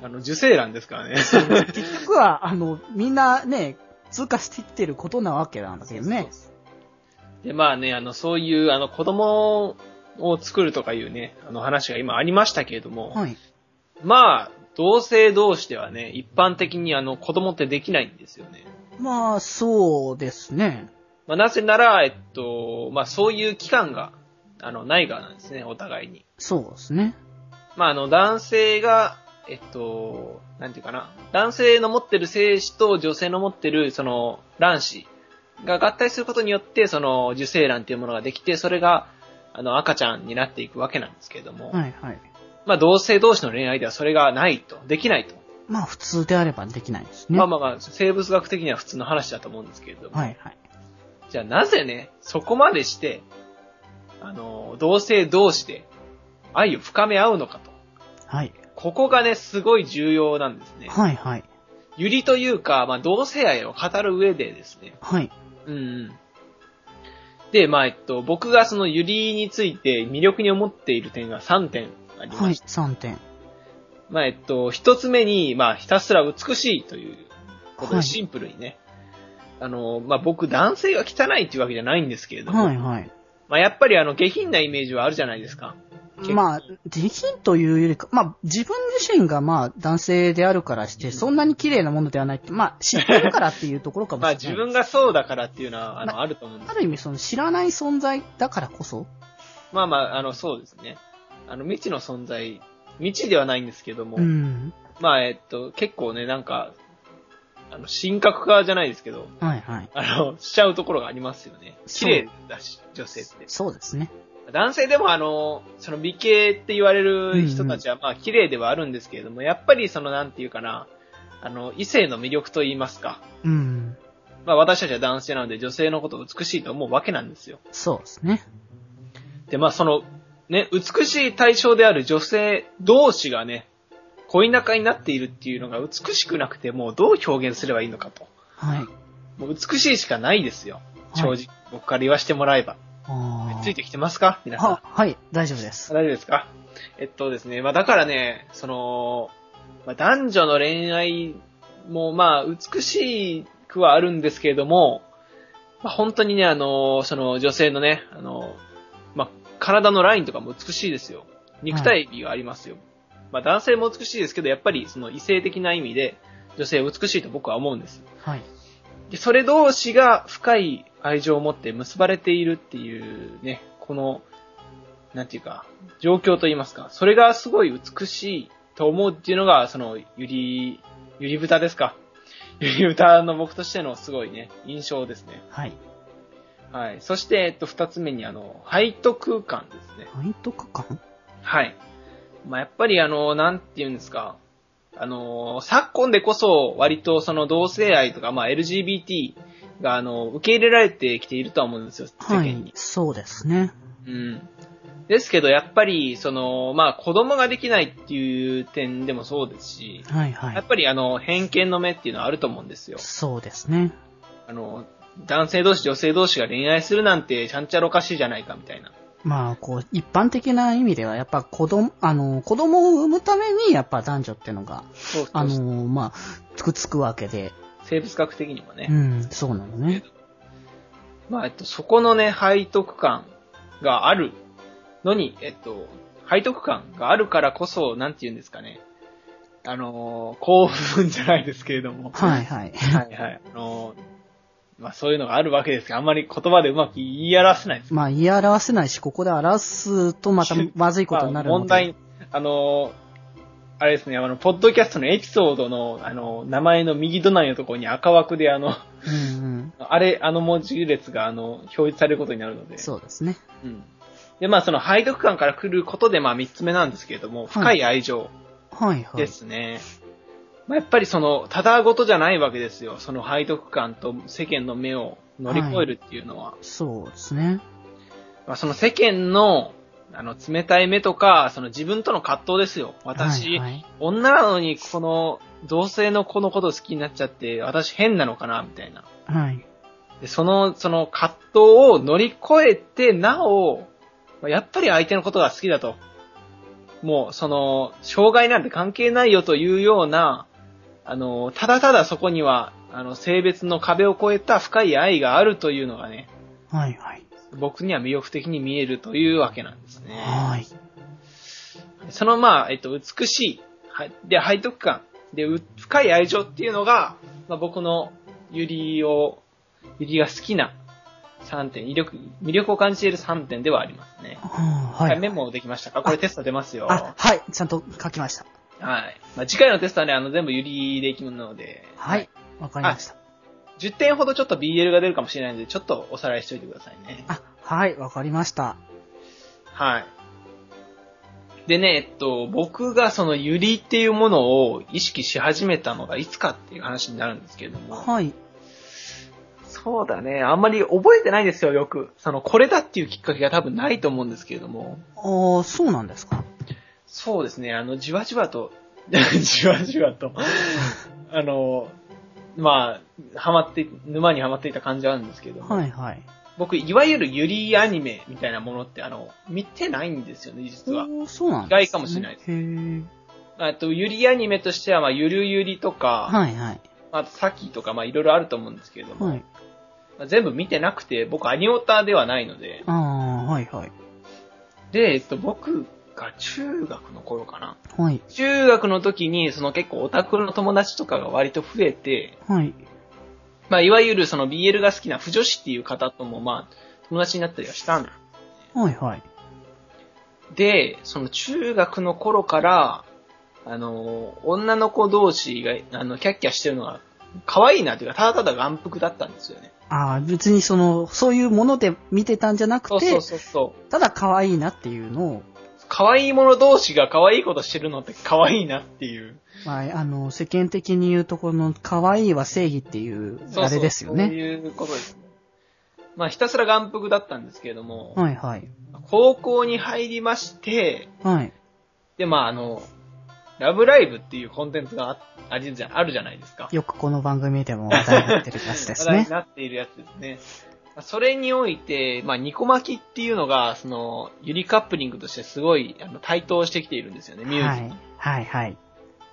あの、受精卵ですからね。 結局は、あの、みんなね、通過してきてることなわけなんだけどね。そうそうそうで、まあね、あの、そういう、あの、子供を作るとかいうね、あの話が今ありましたけれども、 はい。 まあ、同性同士ではね、一般的にあの、子供ってできないんですよね。 まあ、そうですね。 まあ、なぜなら、えっと、まあ、そういう期間が、あの、ないからなんですね、お互いに。 そうですね。 まあ、あの、男性が、えっと、なんていうかな、男性の持ってる精子と女性の持ってる、その、卵子が合体することによって、その、受精卵っていうものができて、それが、あの、赤ちゃんになっていくわけなんですけれども、 はいはい。 まあ、同性同士の恋愛ではそれがないと、できないと。 まあ、普通であればできないですね。 まあまあまあ、生物学的には普通の話だと思うんですけれども、 はいはい。 じゃあなぜね、そこまでして、あの、同性同士で愛を深め合うのかと。 はい。 ここがね、すごい重要なんですね。 はいはい。 ゆりというか、まあ、同性愛を語る上でですね。 はい。 うんうん。で、まあ、えっと、僕がそのゆりについて魅力に思っている点がさんてんありまして。はい、 さんてん。 まあ、えっと、一つ目に、まあ、ひたすら美しいということでシンプルにね。はい、あの、まあ、僕、男性が汚いっていうわけじゃないんですけれども。 はいはい。 まあ、やっぱりあの、下品なイメージはあるじゃないですか。 まあ、下品というよりか、まあ、自分自身がまあ、男性であるからして、そんなに綺麗なものではないって、まあ、知ってるからっていうところかもしれない。 まあ、自分がそうだからっていうのは、あの、まあ、あると思うんです。 ある意味、その、知らない存在だからこそまあまあ、あの、そうですね。あの、未知の存在、未知ではないんですけども、 うん、 まあ、えっと、結構ね、なんか、あの、神格化じゃないですけど、 はいはい。 あの、しちゃうところがありますよね。綺麗だし、女性って。 そうですね。 男性でもあの、その美形って言われる人たちはまあ綺麗ではあるんですけれども、うんうん、やっぱりそのなんていうかな、あの、異性の魅力と言いますか。 うん。 まあ私たちは男性なので女性のことを美しいと思うわけなんですよ。 そうですね。 で、まあその、ね、美しい対象である女性同士がね、恋仲になっているっていうのが美しくなくてもうどう表現すればいいのかと。 はい。 もう美しいしかないですよ。正直、はい、僕から言わせてもらえば。ついてきてますか皆さん。 は、はい、大丈夫です。 大丈夫ですかえっとですね、まあだからね、その、 まあ、男女の恋愛もまあ美しくはあるんですけれども、まあ、本当にね、あの、その女性のね、あの、まあ、体のラインとかも美しいですよ。肉体美がありますよ。はい、まあ、男性も美しいですけど、やっぱりその異性的な意味で女性は美しいと僕は思うんです。 はい。 で、それ同士が深い愛情を持って結ばれているっていうね、この、なんていうか、状況といいますか、それがすごい美しいと思うっていうのが、その、ゆり、ゆり豚ですか。ゆり豚の僕としてのすごいね、印象ですね。 はい。 はい。そして、えっと、二つ目に、あの、ハイト空間ですね。 ハイト空間？ はい。まあ、やっぱりあの、なんていうんですか、あの、昨今でこそ、割とその同性愛とか、まあ、エルジービーティー が、あの、受け入れられてきているとは思うんですよ、世間に。はい、 そうですね。 うん。ですけど、やっぱり、その、まあ、子供ができないっていう点でもそうですし、 はいはい。 やっぱりあの、偏見の目っていうのはあると思うんですよ。 そうですね。 あの、男性同士、女性同士が恋愛するなんて、ちゃんちゃらおかしいじゃないか、みたいな。 まあ、こう、一般的な意味では、やっぱ子供、あの、子供を産むために、やっぱ男女っていうのが、そうそうそう、あの、まあ、くっつくわけで。 生物学的にもね。 うん、そうなのね。 まあ、えっと、そこのね、背徳感があるのに、えっと、背徳感があるからこそ、なんて言うんですかね。あのー、興奮じゃないですけれども。 はいはい。 はいはい。あのー、まあそういうのがあるわけですけど、あんまり言葉でうまく言い表せないです。 まあ言い表せないし、ここで表すとまたまずいことになるので。 まあ、問題、あのー、あれですね、あの、ポッドキャストのエピソードの、あの、名前の右隣のところに赤枠であの、うんうん、あれ、あの文字列があの、表示されることになるので。 そうですね。 うん。で、まあその背徳感から来ることで、まあ三つ目なんですけれども、深い愛情。はいはい。ですね。まあ、やっぱりその、ただごとじゃないわけですよ。その背徳感と世間の目を乗り越えるっていうのは。はい、 そうですね。 まあその世間の、あの、冷たい目とか、その自分との葛藤ですよ。私、はいはい、女なのにこの、同性の子のことを好きになっちゃって、私変なのかなみたいな。はい。で、その、その葛藤を乗り越えて、なお、やっぱり相手のことが好きだと。もう、その、障害なんて関係ないよというような、あの、ただただそこには、あの、性別の壁を越えた深い愛があるというのがね。はいはい。僕には魅力的に見えるというわけなんですね。はい。その、まあ、えっと、美しい。はい。で、背徳感。で、深い愛情っていうのが、まあ、僕のユリを、ユリが好きなさんてん、魅力、魅力を感じているさんてんではありますね。はい。メモできましたか？これテスト出ますよ。 あ、はい。ちゃんと書きました。 はい。まあ、次回のテストはね、あの、全部ユリでいきますので。 はい。わかりました。 じゅってんほどちょっと ビーエル が出るかもしれないので、ちょっとおさらいしといてくださいね。 あ、はい。わかりました。 はい。でね、えっと、僕がそのユリっていうものを意識し始めたのがいつかっていう話になるんですけれども。はい。そうだね。あんまり覚えてないですよ、よく。その、これだっていうきっかけが多分ないと思うんですけれども。 ああ、そうなんですか。 そうですね。あの、じわじわと、じわじわと、あの、まあ、ハマって、沼にハマっていた感じはあるんですけども。はいはい。僕、いわゆるユリアニメみたいなものって、あの、見てないんですよね、実は。 そうなんですね。 意外かもしれないです。へー。あと、ユリアニメとしては、まあ、ゆるゆりとか、はいはい。あと、サキとか、まあ、いろいろあると思うんですけれども。はい。全部見てなくて、僕アニオタではないので。ああ、はいはい。で、えっと、僕が中学の頃かな。はい。中学の時に、その結構オタクの友達とかが割と増えて。はい。まあ、いわゆるその ビーエル が好きな腐女子っていう方とも、まあ、友達になったりはしたんだ。はいはい。で、その中学の頃から、あの、女の子同士が、あの、キャッキャしてるのが、可愛いなというか、ただただ眼福だったんですよね。 ああ、別にその、そういうもので見てたんじゃなくて、そうそうそうただ可愛いなっていうのを。 可愛い者同士が可愛いことしてるのって可愛いなっていう。 まあ、あの、世間的に言うところの可愛いは正義っていう、あれですよね。 そうそう、そういうことですね。まあ、ひたすら眼福だったんですけれども、 はいはい。 高校に入りまして、はい。で、まあ、あの、ラブライブっていうコンテンツが あ, あるじゃないですか。 よくこの番組でも話題になってるやつですね。 話題になっているやつですね。それにおいて、まあ、ニコ巻きっていうのが、その、ユリカップリングとしてすごい、あの、台頭してきているんですよね、ミュージック。 はい、はい、はい。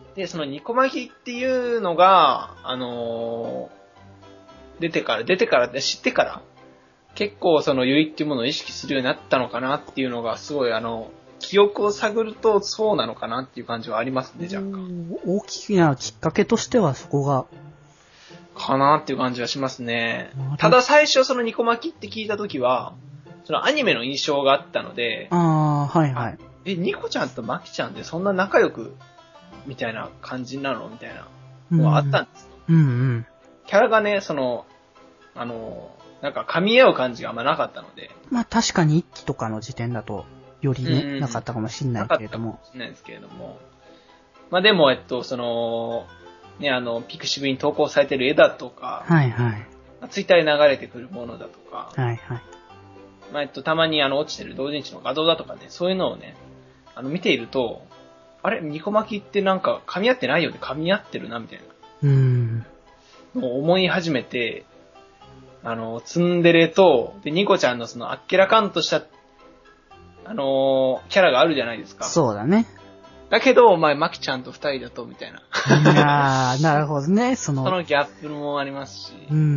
で、そのニコマキっていうのが、あのー、出てから、出てからって知ってから、結構そのユリっていうものを意識するようになったのかなっていうのが、すごいあの、記憶を探るとそうなのかなっていう感じはありますね、若干。 大きなきっかけとしてはそこが。 かなっていう感じはしますね。ただ最初そのニコマキって聞いたときは、そのアニメの印象があったので、 ああ、はいはい。 え、ニコちゃんとマキちゃんってそんな仲良く、みたいな感じなのみたいなのがあったんですよ。 うんうん。 キャラがね、その、あの、なんか噛み合う感じがあんまなかったので。 まあ確かに一期とかの時点だと、よりね、 うんうん、 なかったかもしれないけれども。 なかったかもしれないですけれども。まあでも、えっと、その、ね、あの、ピクシブに投稿されてる絵だとか、 はいはい。 ツイッターで流れてくるものだとか、 はいはい。 まあえっと、たまにあの、落ちてる同人誌の画像だとかね、そういうのをね、あの、見ていると、あれ、ニコマキってなんか噛み合ってないよね、噛み合ってるな、みたいな。 うーん。 のを思い始めて、あの、ツンデレと、で、ニコちゃんのその、あっけらかんとした、あのー、キャラがあるじゃないですか。 そうだね。 だけど、お前、マキちゃんと二人だと、みたいな。 ああ、なるほどね、その。 そのギャップもありますし。 うんうん。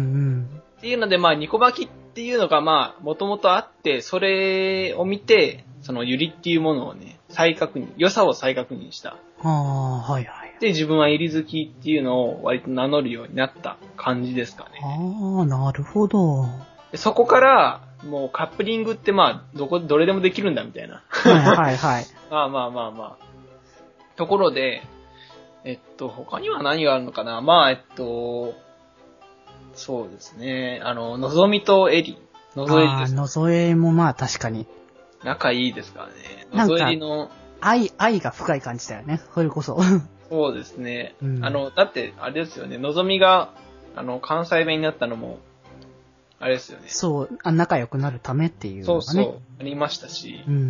っていうので、まあ、ニコマキっていうのが、まあ、もともとあって、それを見て、その、ユリっていうものをね、再確認、良さを再確認した。 ああ、はいはい。 で、自分はユリ好きっていうのを割と名乗るようになった感じですかね。 ああ、なるほど。 でそこから、もうカップリングってまあ、どこ、どれでもできるんだみたいな。 はいはいはい。 まあまあまあまあ。ところで、えっと、他には何があるのかな。まあ、えっと、そうですね。あの、のぞみとエリ。のぞえりです。 のぞえもまあ確かに。 仲いいですからね。のぞえりの。 愛、愛が深い感じだよね。それこそ。 そうですね。 うん、 あの、だって、あれですよね。のぞみが、あの、関西弁になったのも、あれですよね。 そう、あ仲良くなるためっていうのがね。 そうそう、ありましたし。 うんうん。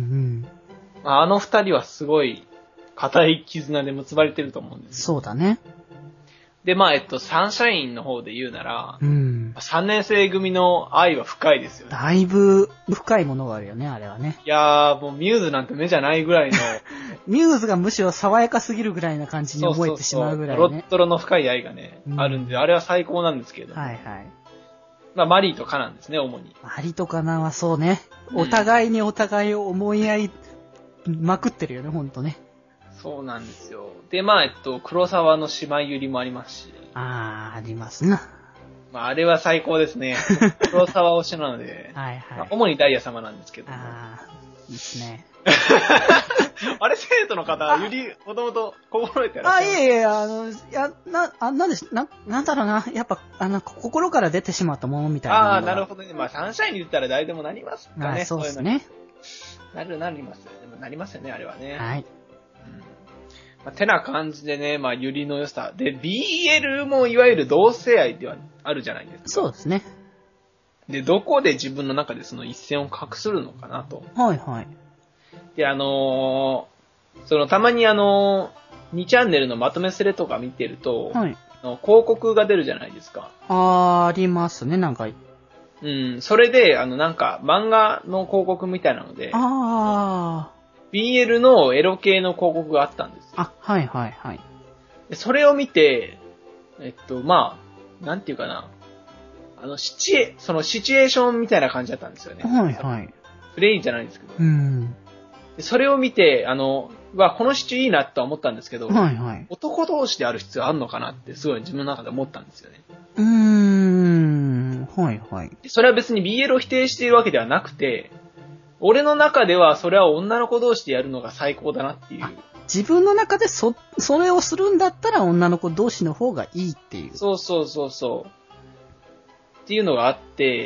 あの二人はすごい、固い絆で結ばれてると思うんです。 そうだね。 で、まあ、えっと、サンシャインの方で言うなら、 うん。 さんねん生組の愛は深いですよね。 だいぶ深いものがあるよね、あれはね。 いやー、もうミューズなんて目じゃないぐらいの。 ミューズがむしろ爽やかすぎるぐらいな感じに思えてしまうぐらいね。 そうそうそう、トロットロの深い愛がね、うん、あるんで、あれは最高なんですけど。 はいはい。 まあ、マリーとカナンですね、主に。 マリーとカナンはそうね。お互いにお互いを思い合いまくってるよね、ほんとね。 そうなんですよ。で、まあ、えっと、黒沢の姉妹ゆりもありますし。 あー、ありますな。 まあ、あれは最高ですね。黒沢推しなので。 はいはい。 まあ、主にダイヤ様なんですけど。 あー、いいですね。 あれ、生徒の方、ゆり、もともと心得てらっしゃる。 あ、いえいえ、あの、いや、な、あ、なんでし、な、なんだろうな。やっぱ、あの、心から出てしまったものみたいな。 ああ、なるほどね。まあ、サンシャインに言ったら誰でもなりますかね。 あそうですね。 なる、なりますよ。でもなりますよね、あれはね。 はい。 うんまあ、てな感じでね、まあ、ゆりの良さ。で、ビーエル もいわゆる同性愛ではあるじゃないですか。 そうですね。 で、どこで自分の中でその一線を画するのかなと。 はいはい。 で、あのー、その、たまにあのー、にチャンネルのまとめスレとか見てると、 はい。 広告が出るじゃないですか。 あー、ありますね、なんか。 うん、それで、あの、なんか、漫画の広告みたいなので、 あー。 ビーエル のエロ系の広告があったんですよ。 あ、はいはいはい。 でそれを見て、えっと、まあ、なんていうかな。あの、シチュエ、そのシチュエーションみたいな感じだったんですよね。 はいはい。 プレイじゃないんですけど。 うん。 でそれを見て、あの、わ、このシチュいいなとは思ったんですけど、 はいはい。 男同士である必要あるのかなってすごい自分の中で思ったんですよね。 うーん。はいはい。 それは別に ビーエル を否定しているわけではなくて、俺の中ではそれは女の子同士でやるのが最高だなっていう。 自分の中でそ、それをするんだったら女の子同士の方がいいっていう。 そうそうそうそう。っていうのがあって、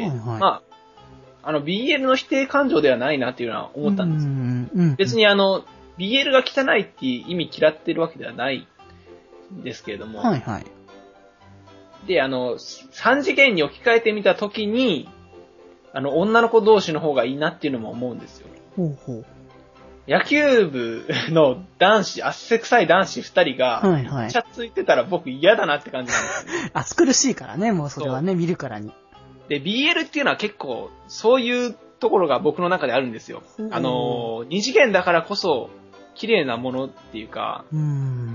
はいはい、まあ、あの ビーエル の否定感情ではないなっていうのは思ったんですよ。うんうん、別にあの、ビーエル が汚いっていう意味嫌ってるわけではないんですけれども。 はいはい。 で、あの、さん次元に置き換えてみたときに、あの、女の子同士の方がいいなっていうのも思うんですよ。 ほうほう。 野球部の男子、汗臭い男子二人が、はいはい。めっちゃついてたら僕嫌だなって感じなんですよね。 暑苦しいからね、もうそれはね、見るからに。 で、ビーエル っていうのは結構、そういうところが僕の中であるんですよ。あの、二次元だからこそ、綺麗なものっていうか、 うん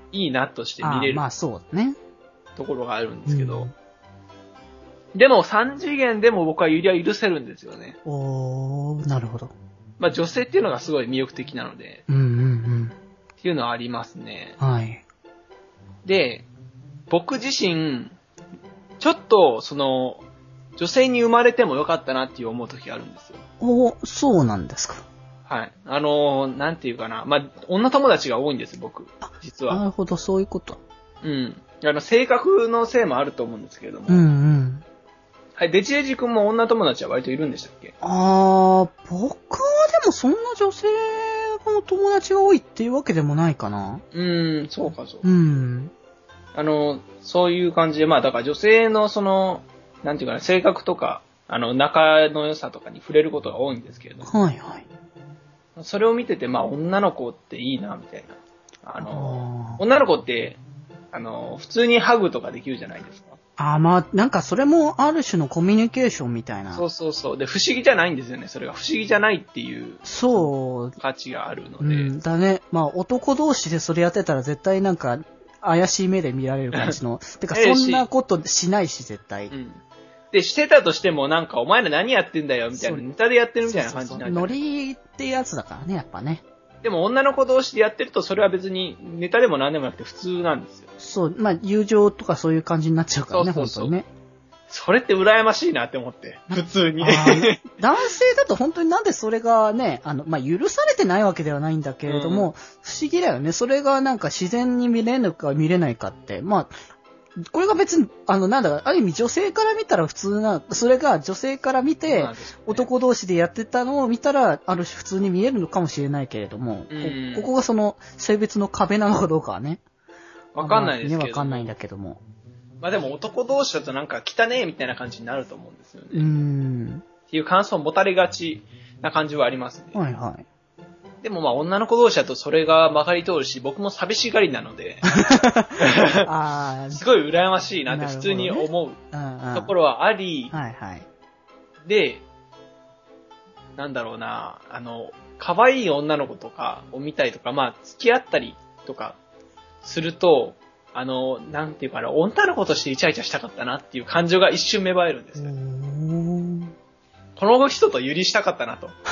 いいなとして見れる。 まあそうだね。 ところがあるんですけど。 うん、 でもさん次元でも僕はユリは許せるんですよね。 おー、なるほど。 まあ女性っていうのがすごい魅力的なので。 うんうんうん。 っていうのはありますね。 はい。 で、僕自身、ちょっと、その、女性に生まれてもよかったなっていう思う時があるんですよ。 お、そうなんですか。 はい。あのー、なんていうかな。まあ、女友達が多いんです、僕。実は。 なるほど、そういうこと。 うん。あの、性格のせいもあると思うんですけれども。 うんうん。 はい、デジデジ君も女友達は割といるんでしたっけ？ あー、僕はでもそんな女性の友達が多いっていうわけでもないかな。 うーん、そうかそう。 うん。 あの、そういう感じで、まあだから女性のその、なんていうかな、性格とか、あの、仲の良さとかに触れることが多いんですけれども。 はいはい。 それを見てて、まあ女の子っていいな、みたいな。あの、 あ女の子って、あの、普通にハグとかできるじゃないですか。 あー、まあ、なんかそれもある種のコミュニケーションみたいな。 そうそうそう。で、不思議じゃないんですよね。それが不思議じゃないっていう。 そう。 価値があるので。 うん、だね。まあ男同士でそれやってたら絶対なんか、怪しい目で見られる感じの。てか、そんなことしないし、絶対。 うん。で、してたとしても、なんか、お前ら何やってんだよ、みたいな、ネタでやってるみたいな感じになる。 ノリってやつだからね、やっぱね。 でも、女の子同士でやってると、それは別に、ネタでも何でもなくて普通なんですよ。 そう、まあ、友情とかそういう感じになっちゃうからね、そうそうそう本当にね。 それって羨ましいなって思って、普通に。 男性だと本当になんでそれがね、あの、まあ、許されてないわけではないんだけれども、うん、不思議だよね。それがなんか自然に見れるか見れないかって。まあ、これが別に、あの、なんだ、ある意味女性から見たら普通な、それが女性から見て、男同士でやってたのを見たら、ある種普通に見えるのかもしれないけれども、うん、こ, ここがその性別の壁なのかどうかはね。 わかんないですけど。 ね、わかんないんだけども。 まあでも男同士だとなんか汚ねえみたいな感じになると思うんですよね。 うーん。 っていう感想を持たれがちな感じはありますね。 はいはい。 でもまあ女の子同士だとそれが曲がり通るし、僕も寂しがりなので、あすごい羨ましいなって普通に思うところはあり、 はいはい。 で、なんだろうな、あの、可愛い女の子とかを見たりとか、まあ付き合ったりとかすると、あの、なんていうかな、女の子としてイチャイチャしたかったなっていう感情が一瞬芽生えるんですよ。この人とユリしたかったなと。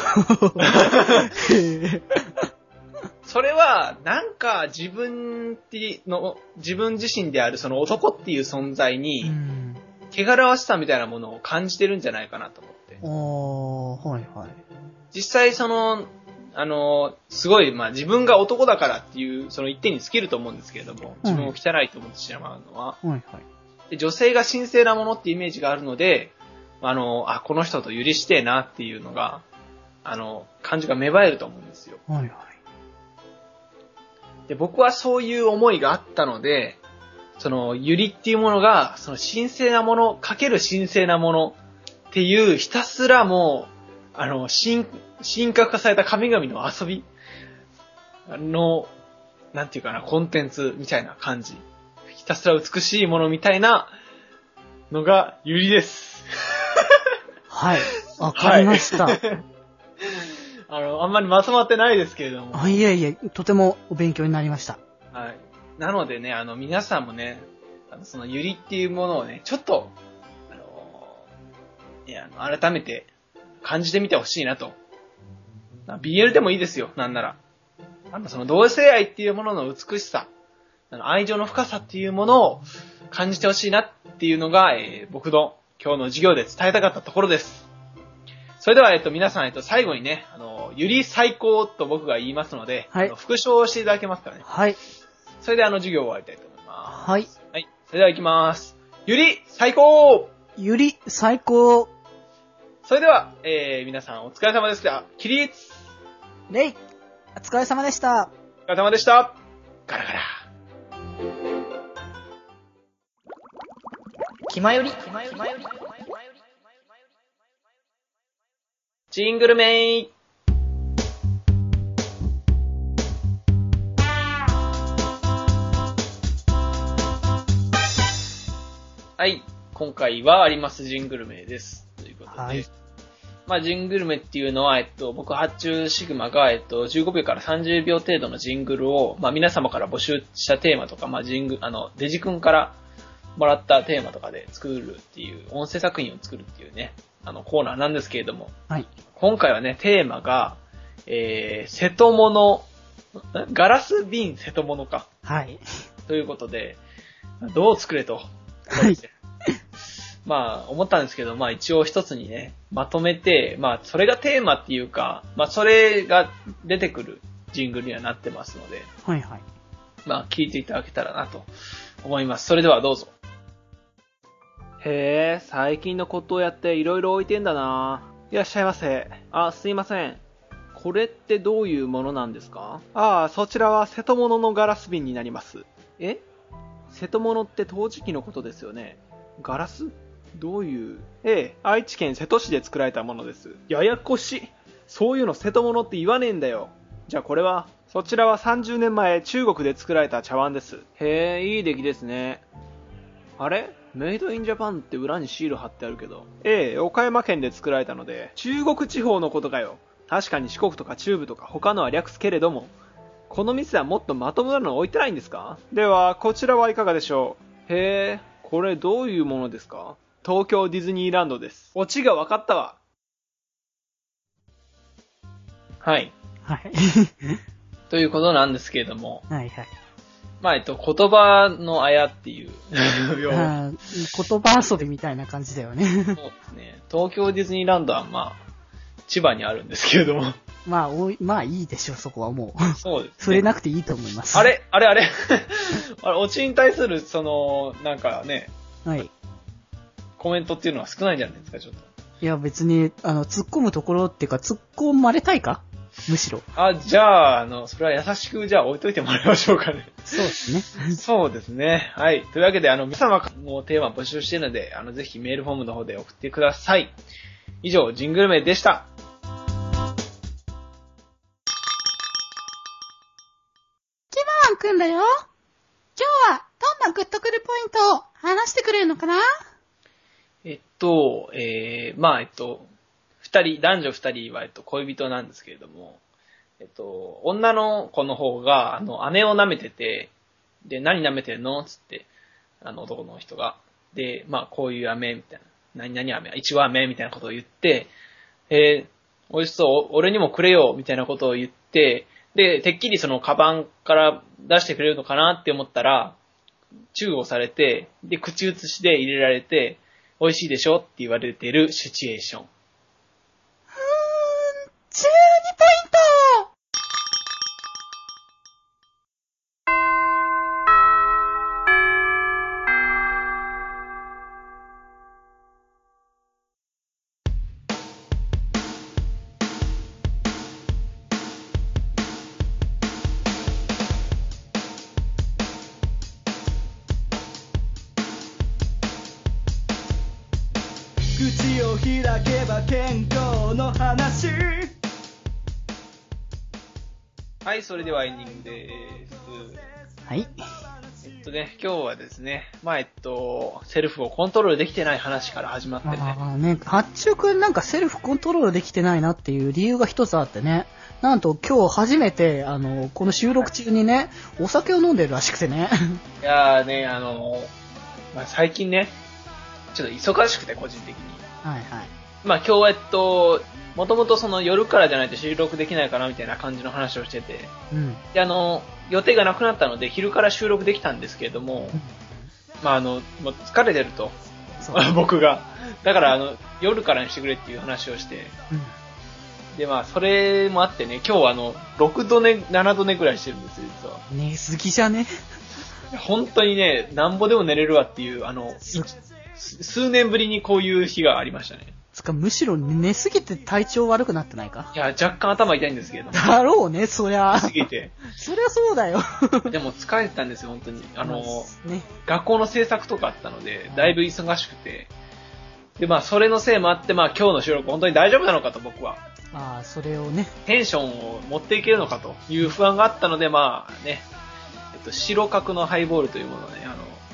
それは、なんか自分っての、自分自身であるその男っていう存在に、汚らわしさみたいなものを感じてるんじゃないかなと思って。 ああ、はいはい。 実際その、あの、すごい、まあ自分が男だからっていう、その一点に尽きると思うんですけれども、自分を汚いと思ってしまうのは、 はいはい、 で女性が神聖なものっていうイメージがあるので、あの、あ、この人と許してえなっていうのが、あの、感じが芽生えると思うんですよ。 はいはい。 で、僕はそういう思いがあったので、その、ユリっていうものが、その神聖なもの、かける神聖なものっていう、ひたすらもう、あの、神、神格化された神々の遊びの、なんていうかな、コンテンツみたいな感じ。ひたすら美しいものみたいなのが、ユリです。 はい。わかりました。はい、 あの、あんまりまとまってないですけれども。 あ、いえいえ、とてもお勉強になりました。 はい。なのでね、あの、皆さんもね、あのそのユリっていうものをね、ちょっと、あの、いや、あの改めて感じてみてほしいなと。ビーエル でもいいですよ、なんなら。あの、その同性愛っていうものの美しさ、あの愛情の深さっていうものを感じてほしいなっていうのが、えー、僕の今日の授業で伝えたかったところです。それでは、えっと、皆さん、えっと、最後にね、あの、ユリ最高と僕が言いますので、はい、あの復唱していただけますからね。 はい。 それであの、授業を終わりたいと思います。 はい。 はい。それでは行きます。ユリ最高ユリ最高それでは、えー、皆さんお疲れ様でした。起立レイお疲れ様でした。 お疲れ様でした。ガラガラ。 気まより気まよりジングルメイはい。今回はありますジングル名です。ということで。はい。 まあ、ジングルメっていうのは、えっと、僕発注シグマが、えっと、じゅうごびょうからさんじゅうびょう程度のジングルを、まあ、皆様から募集したテーマとか、まあ、ジング、あの、デジ君からもらったテーマとかで作るっていう、音声作品を作るっていうね、あの、コーナーなんですけれども、 はい。 今回はね、テーマが、えー、瀬戸物、ガラス瓶瀬戸物か。 はい。 ということで、どう作れと。 はい。 まあ、思ったんですけど、まあ一応一つにね、まとめて、まあそれがテーマっていうか、まあそれが出てくるジングルにはなってますので、 はいはい。 まあ聞いていただけたらなと思います。それではどうぞ。へえ、最近の骨董屋って色々置いてんだな。いらっしゃいませ。あ、すいません。これってどういうものなんですか？ ああ、そちらは瀬戸物のガラス瓶になります。 え？瀬戸物って陶磁器のことですよね。ガラス？どういう？ ええ、愛知県瀬戸市で作られたものです。ややこしい。そういうの瀬戸物って言わねえんだよ。じゃあこれは？そちらはさんじゅうねんまえ中国で作られた茶碗です。 へえ、いい出来ですね。あれ？メイドインジャパンって裏にシール貼ってあるけど。 ええ、岡山県で作られたので、中国地方のことかよ。確かに四国とか中部とか他のは略すけれども、この店はもっとまともなの置いてないんですか？では、こちらはいかがでしょう？へえ、これどういうものですか？ 東京ディズニーランドです。オチが分かったわ。 はい。 はい。 ということなんですけれども。 はいはい。 まあ、えっと、言葉のあやっていう。 あ言葉遊びみたいな感じだよね。そうですね。東京ディズニーランドはまあ、千葉にあるんですけれども。 まあ、おい、まあいいでしょう、そこはもう。 そうです、ね。 触れなくていいと思います。 あれあれあれあれ、オチに対する、その、なんかね。 はい。 コメントっていうのは少ないんじゃないですか、ちょっと。 いや、別に、あの、突っ込むところっていうか、突っ込まれたいかむしろ。 あ、じゃあ、あの、それは優しく、じゃあ置いといてもらいましょうかね。 そうですね。 そうですね。はい。というわけで、あの、皆様もテーマ募集しているので、あの、ぜひメールフォームの方で送ってください。以上、ジングルメでした。 キマンくんだよ。今日はどんなグッとくるポイントを話してくれるのかな？ えっと、えー、まあ、えっと、二人、男女二人は、えっと、恋人なんですけれども、えっと、女の子の方が、あの、姉を舐めてて、で、何舐めてんのつって、あの、男の人が。で、まあ、こういう飴、みたいな。何々飴、いちご飴、みたいなことを言って、えー、美味しそう、俺にもくれよ、みたいなことを言って、で、てっきりその、カバンから出してくれるのかなって思ったら、チューをされて、で、口移しで入れられて、美味しいでしょって言われてるシチュエーション。 うーん、じゅうにポイント。 口を開けば健康の話。 はい、それではエンディングです。 はい。 えっとね、今日はですね、まあえっと、セルフをコントロールできてない話から始まってね。 ああね、発注くんなんかセルフコントロールできてないなっていう理由が一つあってね。なんと今日初めて、あの、この収録中にね、お酒を飲んでるらしくてね。 いやーね、あの、まあ最近ね、ちょっと忙しくて個人的に。 はいはい。 まあ今日はえっと、もともとその夜からじゃないと収録できないかなみたいな感じの話をしてて、 うん。 で、あの、予定がなくなったので昼から収録できたんですけれども、まああの、もう疲れてると、僕が。だからあの、夜からにしてくれっていう話をして、 うん。 でまあそれもあってね、今日はあの、ろくど寝、ななど寝ぐらいしてるんですよ、実は。 寝すぎじゃね？ 本当にね、なんぼでも寝れるわっていう、あの、数年ぶりにこういう日がありましたね。 つかむしろ寝すぎて体調悪くなってないか？ いや、若干頭痛いんですけど。 だろうね、そりゃ。 寝すぎて。 そりゃそうだよ。 でも疲れてたんですよ、本当に。あの、 ね、 学校の制作とかあったので、だいぶ忙しくて。で、まあ、それのせいもあって、まあ、今日の収録本当に大丈夫なのかと僕は。 ああ、それをね。 テンションを持っていけるのかという不安があったので、まあね、えっと、白角のハイボールというものをね、あの、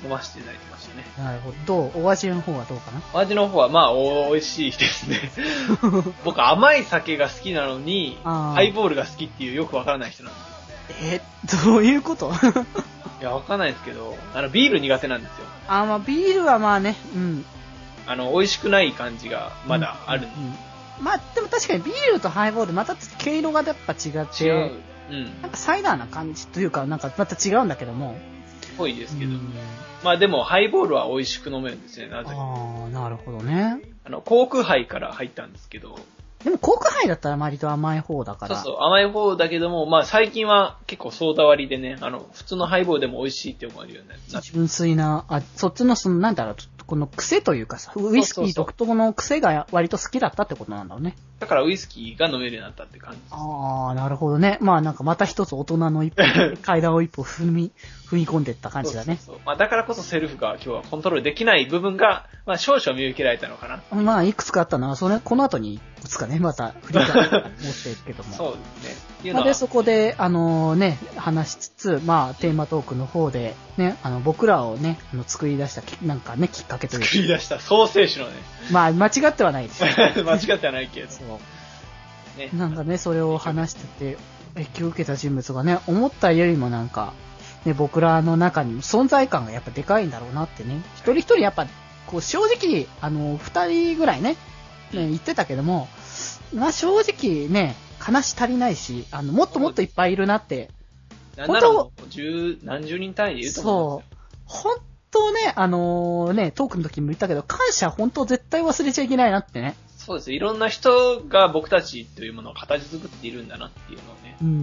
飲ませていただいてましたね。 なるほど。どうお味の方はどうかな？ お味の方はまあ美味しいですね。僕甘い酒が好きなのに、ハイボールが好きっていうよくわからない人なんです。 え、どういうこといや、わかんないですけど、あの、ビール苦手なんですよ。 あ、まあビールはまあね、うん。 あの、美味しくない感じがまだある。 うんうんうん、まあでも確かにビールとハイボールまた毛色がやっぱ違って、 違う。うん。 なんかサイダーな感じというか、なんかまた違うんだけども。 ぽいですけど。うん、まあでも、ハイボールは美味しく飲めるんですね、なぜか。 ああ、なるほどね。 あの、コークハイから入ったんですけど。 でも、コークハイだったら割と甘い方だから。 そうそう、甘い方だけども、まあ最近は結構ソーダ割りでね、あの、普通のハイボールでも美味しいって思えるようになって。 純粋な、あ、そっちのその、なんだろう、この癖というかさ、ウイスキー独特の癖が割と好きだったってことなんだろうね。 だからウイスキーが飲めるようになったって感じです。 ああ、なるほどね。まあなんかまた一つ大人の一歩、階段を一歩踏み、踏み込んでいった感じだね。 そうそうそう、まあだからこそセルフが今日はコントロールできない部分が、まあ少々見受けられたのかな。 まあいくつかあったな。それ、この後にいくつかね、また振り返って思ってるけども。 そうですね。 まあ、で、そこで、あのー、ね、話しつつ、まあテーマトークの方で、ね、あの、僕らをね、あの、作り出した、なんかね、きっかけというか。 作り出した、創生主のね。 まあ間違ってはないですよ。 間違ってはないけど。 そう。ね、なんかね、それを話してて、影響を受けた人物がね、思ったよりもなんか、ね、僕らの中に存在感がやっぱでかいんだろうなってね。一人一人やっぱ、こう正直、あの、二人ぐらいね、ね、言ってたけども、まあ正直ね、話足りないし、あの、もっともっといっぱいいるなって。 なんならもう十、何十人単位で言うと思うんですよ。 そう。本当ね、あのー、ね、トークの時も言ったけど、感謝本当絶対忘れちゃいけないなってね。 そうです。いろんな人が僕たちというものを形作っているんだなっていうのをね、 うん、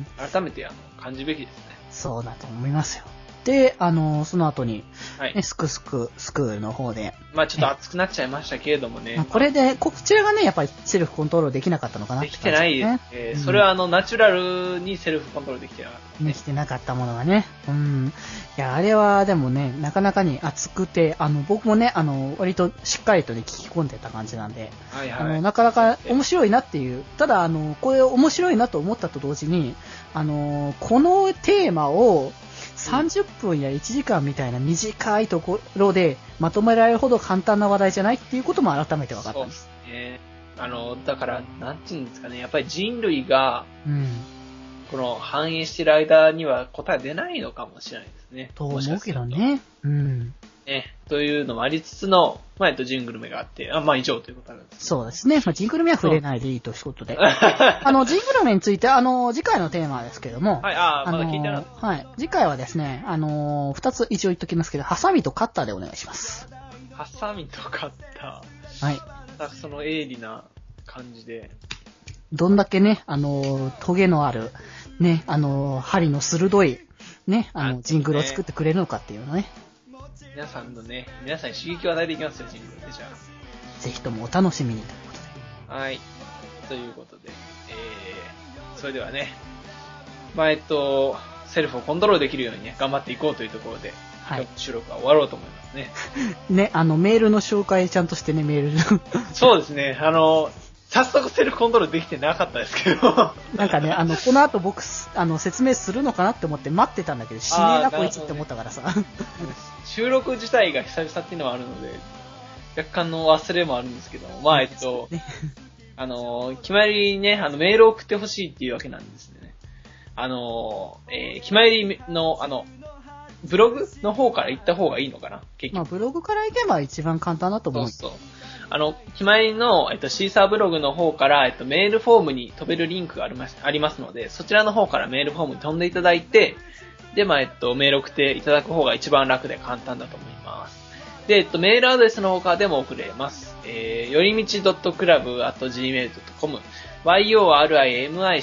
改めてあの感じべきですね。 そうだと思いますよ。で、あの、その後に、 はいね、スクスク、スクールの方で。 まあちょっと熱くなっちゃいましたけれどもね。 まあ、これで、こちらがね、やっぱりセルフコントロールできなかったのかなってできてないです。えーうん、それはあの、ナチュラルにセルフコントロールできてなかった、 ね。できてなかったものがね。うん。いや、あれはでもね、なかなかに熱くて、あの、僕もね、あの、割としっかりとね、聞き込んでた感じなんで、 はいはい、 あの、なかなか面白いなっていう、ただ、あの、これ面白いなと思ったと同時に、あの、このテーマを、さんじゅっぷんやいちじかんみたいな短いところでまとめられるほど簡単な話題じゃないっていうことも改めて分かったんです。 そうですね。あの、だから、なんていうんですかね、やっぱり人類が、うん、この繁栄してる間には答え出ないのかもしれないですね。 と思うけどね。うん。 ね、というのもありつつの、まあ、えっと、ジングルメがあって、あ、まあ、以上ということなんです、ね。 そうですね。まあ、ジングルメは触れないでいいということで。あの、ジングルメについて、あの、次回のテーマですけども。 はい、ああ、まだ聞いてなかった。 はい。次回はですね、あの、二つ一応言っときますけど、ハサミとカッターでお願いします。 ハサミとカッター。はい。 なんかその鋭利な感じで。 どんだけね、あの、トゲのある、ね、あの、針の鋭い、ね、あの、ジングルを作ってくれるのかっていうのね。 皆さんのね、皆さんに刺激を与えていきますよ、ジングルで、じゃあ。 ぜひともお楽しみにということで。はい。ということで、えー、それではね、まあ、えっと、セルフをコントロールできるようにね、頑張っていこうというところで、はい、今日収録は終わろうと思いますね。 ね、あの、メールの紹介ちゃんとしてね、メール。 そうですね、あの、早速セルフコントロールできてなかったですけど。 なんかね、あの、この後僕、あの、説明するのかなって思って待ってたんだけど、死ねえなこいつって思ったからさ。 収録自体が久々っていうのはあるので、若干の忘れもあるんですけども、まあ、えっと、ね、あの、決まりにね、あの、メールを送ってほしいっていうわけなんですね。あの、えー、決まりの、あの、ブログの方から行った方がいいのかな、結局。 まあ、ブログから行けば一番簡単だと思う。 そうそう。あの、決まりの、えっと、シーサーブログの方から、えっと、メールフォームに飛べるリンクがあります、ありますので、そちらの方からメールフォームに飛んでいただいて、で、まあ、えっと、メール送っていただく方が一番楽で簡単だと思います。で、えっと、メールアドレスの方からでも送れます。えー、よりみち .club アット ジーメール ドットコム ヨリミチ ドットクラブ アッ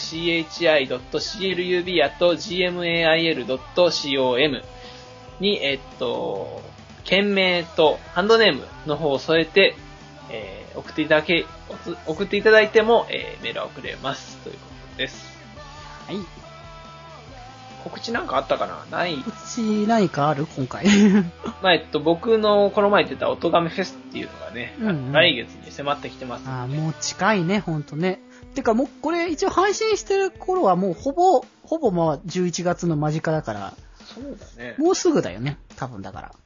ト ジーメール ドットコム に、えっと、件名とハンドネームの方を添えて、えー、送っていただけ、送っていただいても、えー、メールは送れますということです。 はい。 告知なんかあったかな？ない。 告知何かある今回。 まあ、えっと、僕のこの前言ってた音亀フェスっていうのがね、うんうん、来月に迫ってきてます、ね。 ああ、もう近いね、ほんとね。てかもうこれ一応配信してる頃はもうほぼ、ほぼまあじゅういちがつの間近だから。 そうだね。 もうすぐだよね、多分だから。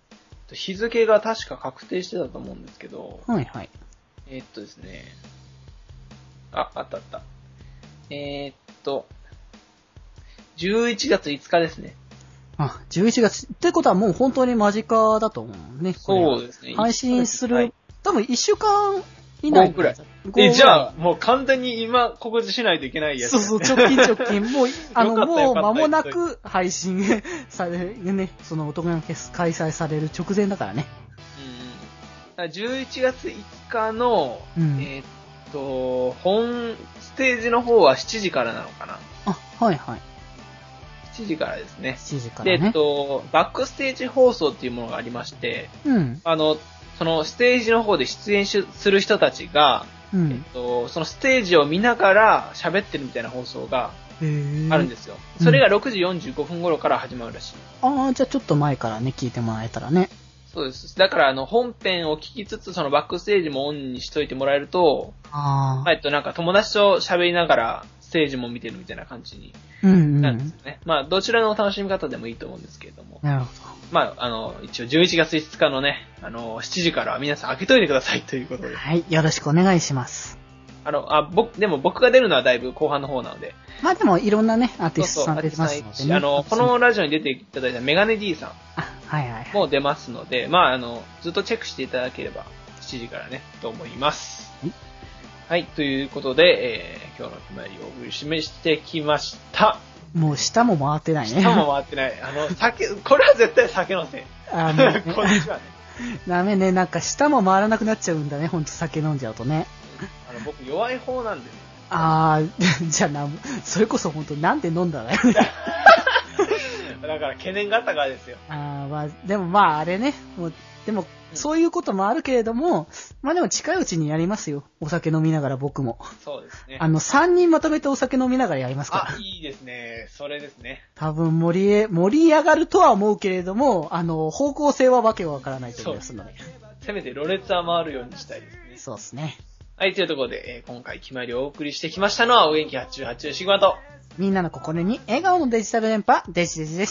日付が確か確定してたと思うんですけど、 はいはい。 えー、っとですね、あ、あったあった。えー、っと、じゅういちがついつかですね。 あ、じゅういちがつ。ってことはもう本当に間近だと思うね。 そうですね。 配信する、はい、多分いっしゅうかん以内ぐらい。え、じゃあ、もう簡単に今告知しないといけないやつ、 ね。そうそう、直近直近。もう、あの、もう間もなく配信されるね。その男のフェス開催される直前だからね。 うん。じゅういちがついつかの、うん、えー、っと、本ステージの方はしちじからなのかな。 あ、はいはい。 しちじからですね。 しちじからね。 で、えっと、バックステージ放送っていうものがありまして、 うん。 あの、そのステージの方で出演する人たちが、 うん、 えっと、そのステージを見ながら喋ってるみたいな放送があるんですよ。それがろくじよんじゅうごふん頃から始まるらしい。 うん、ああ、じゃあちょっと前からね、聞いてもらえたらね。 そうです。だから、あの、本編を聞きつつ、そのバックステージもオンにしといてもらえると、 ああ、えっと、なんか友達と喋りながら、ステージも見てるみたいな感じになるんですよね。うんうん、まあ、どちらの楽しみ方でもいいと思うんですけれども。 なるほど。 まあ、あの、一応じゅういちがついつかのね、あの、しちじから皆さん開けといてくださいということで。 はい、よろしくお願いします。 あの、あ、僕、でも僕が出るのはだいぶ後半の方なので。 まあでもいろんなね、アーティストさん出てますのでね。 あの、このラジオに出ていただいたメガネ D さん。 あ、はいはい、はい。 もう出ますので、まあ、あの、ずっとチェックしていただければ、しちじからね、と思います。 はい。 はい、ということで、えー、今日の決まりをお送りしてきました。 もう下も回ってないね。 下も回ってない。あの、酒、これは絶対酒のせい。 あの、ね、 こっちはね。 ダメね、なんか下も回らなくなっちゃうんだね、ほんと酒飲んじゃうとね。 あの、僕弱い方なんでね。 あー、じゃあな、それこそほんとなんで飲んだのよ。 だから懸念があったからですよ。 あー、まあ、でもまああれね、もう、でも、そういうこともあるけれども、まあでも近いうちにやりますよ。お酒飲みながら僕も。 そうですね。 あの、さんにんまとめてお酒飲みながらやりますから。 あ、いいですね。それですね。 多分盛り、盛り上がるとは思うけれども、あの、方向性はわけわからないと思いますので。 せめてろれつは回るようにしたいですね。 そうですね。 はい、というところで、えー、今回決まりをお送りしてきましたのは、お元気はちじゅうはちのシグマと、 みんなの心に笑顔のデジタル電波、デジデジでした。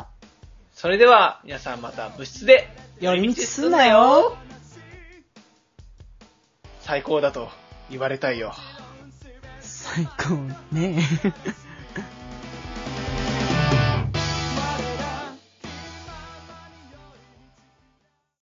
それでは、皆さんまた部室で、 寄り道すんなよ。 最高だと言われたいよ。 最高ね。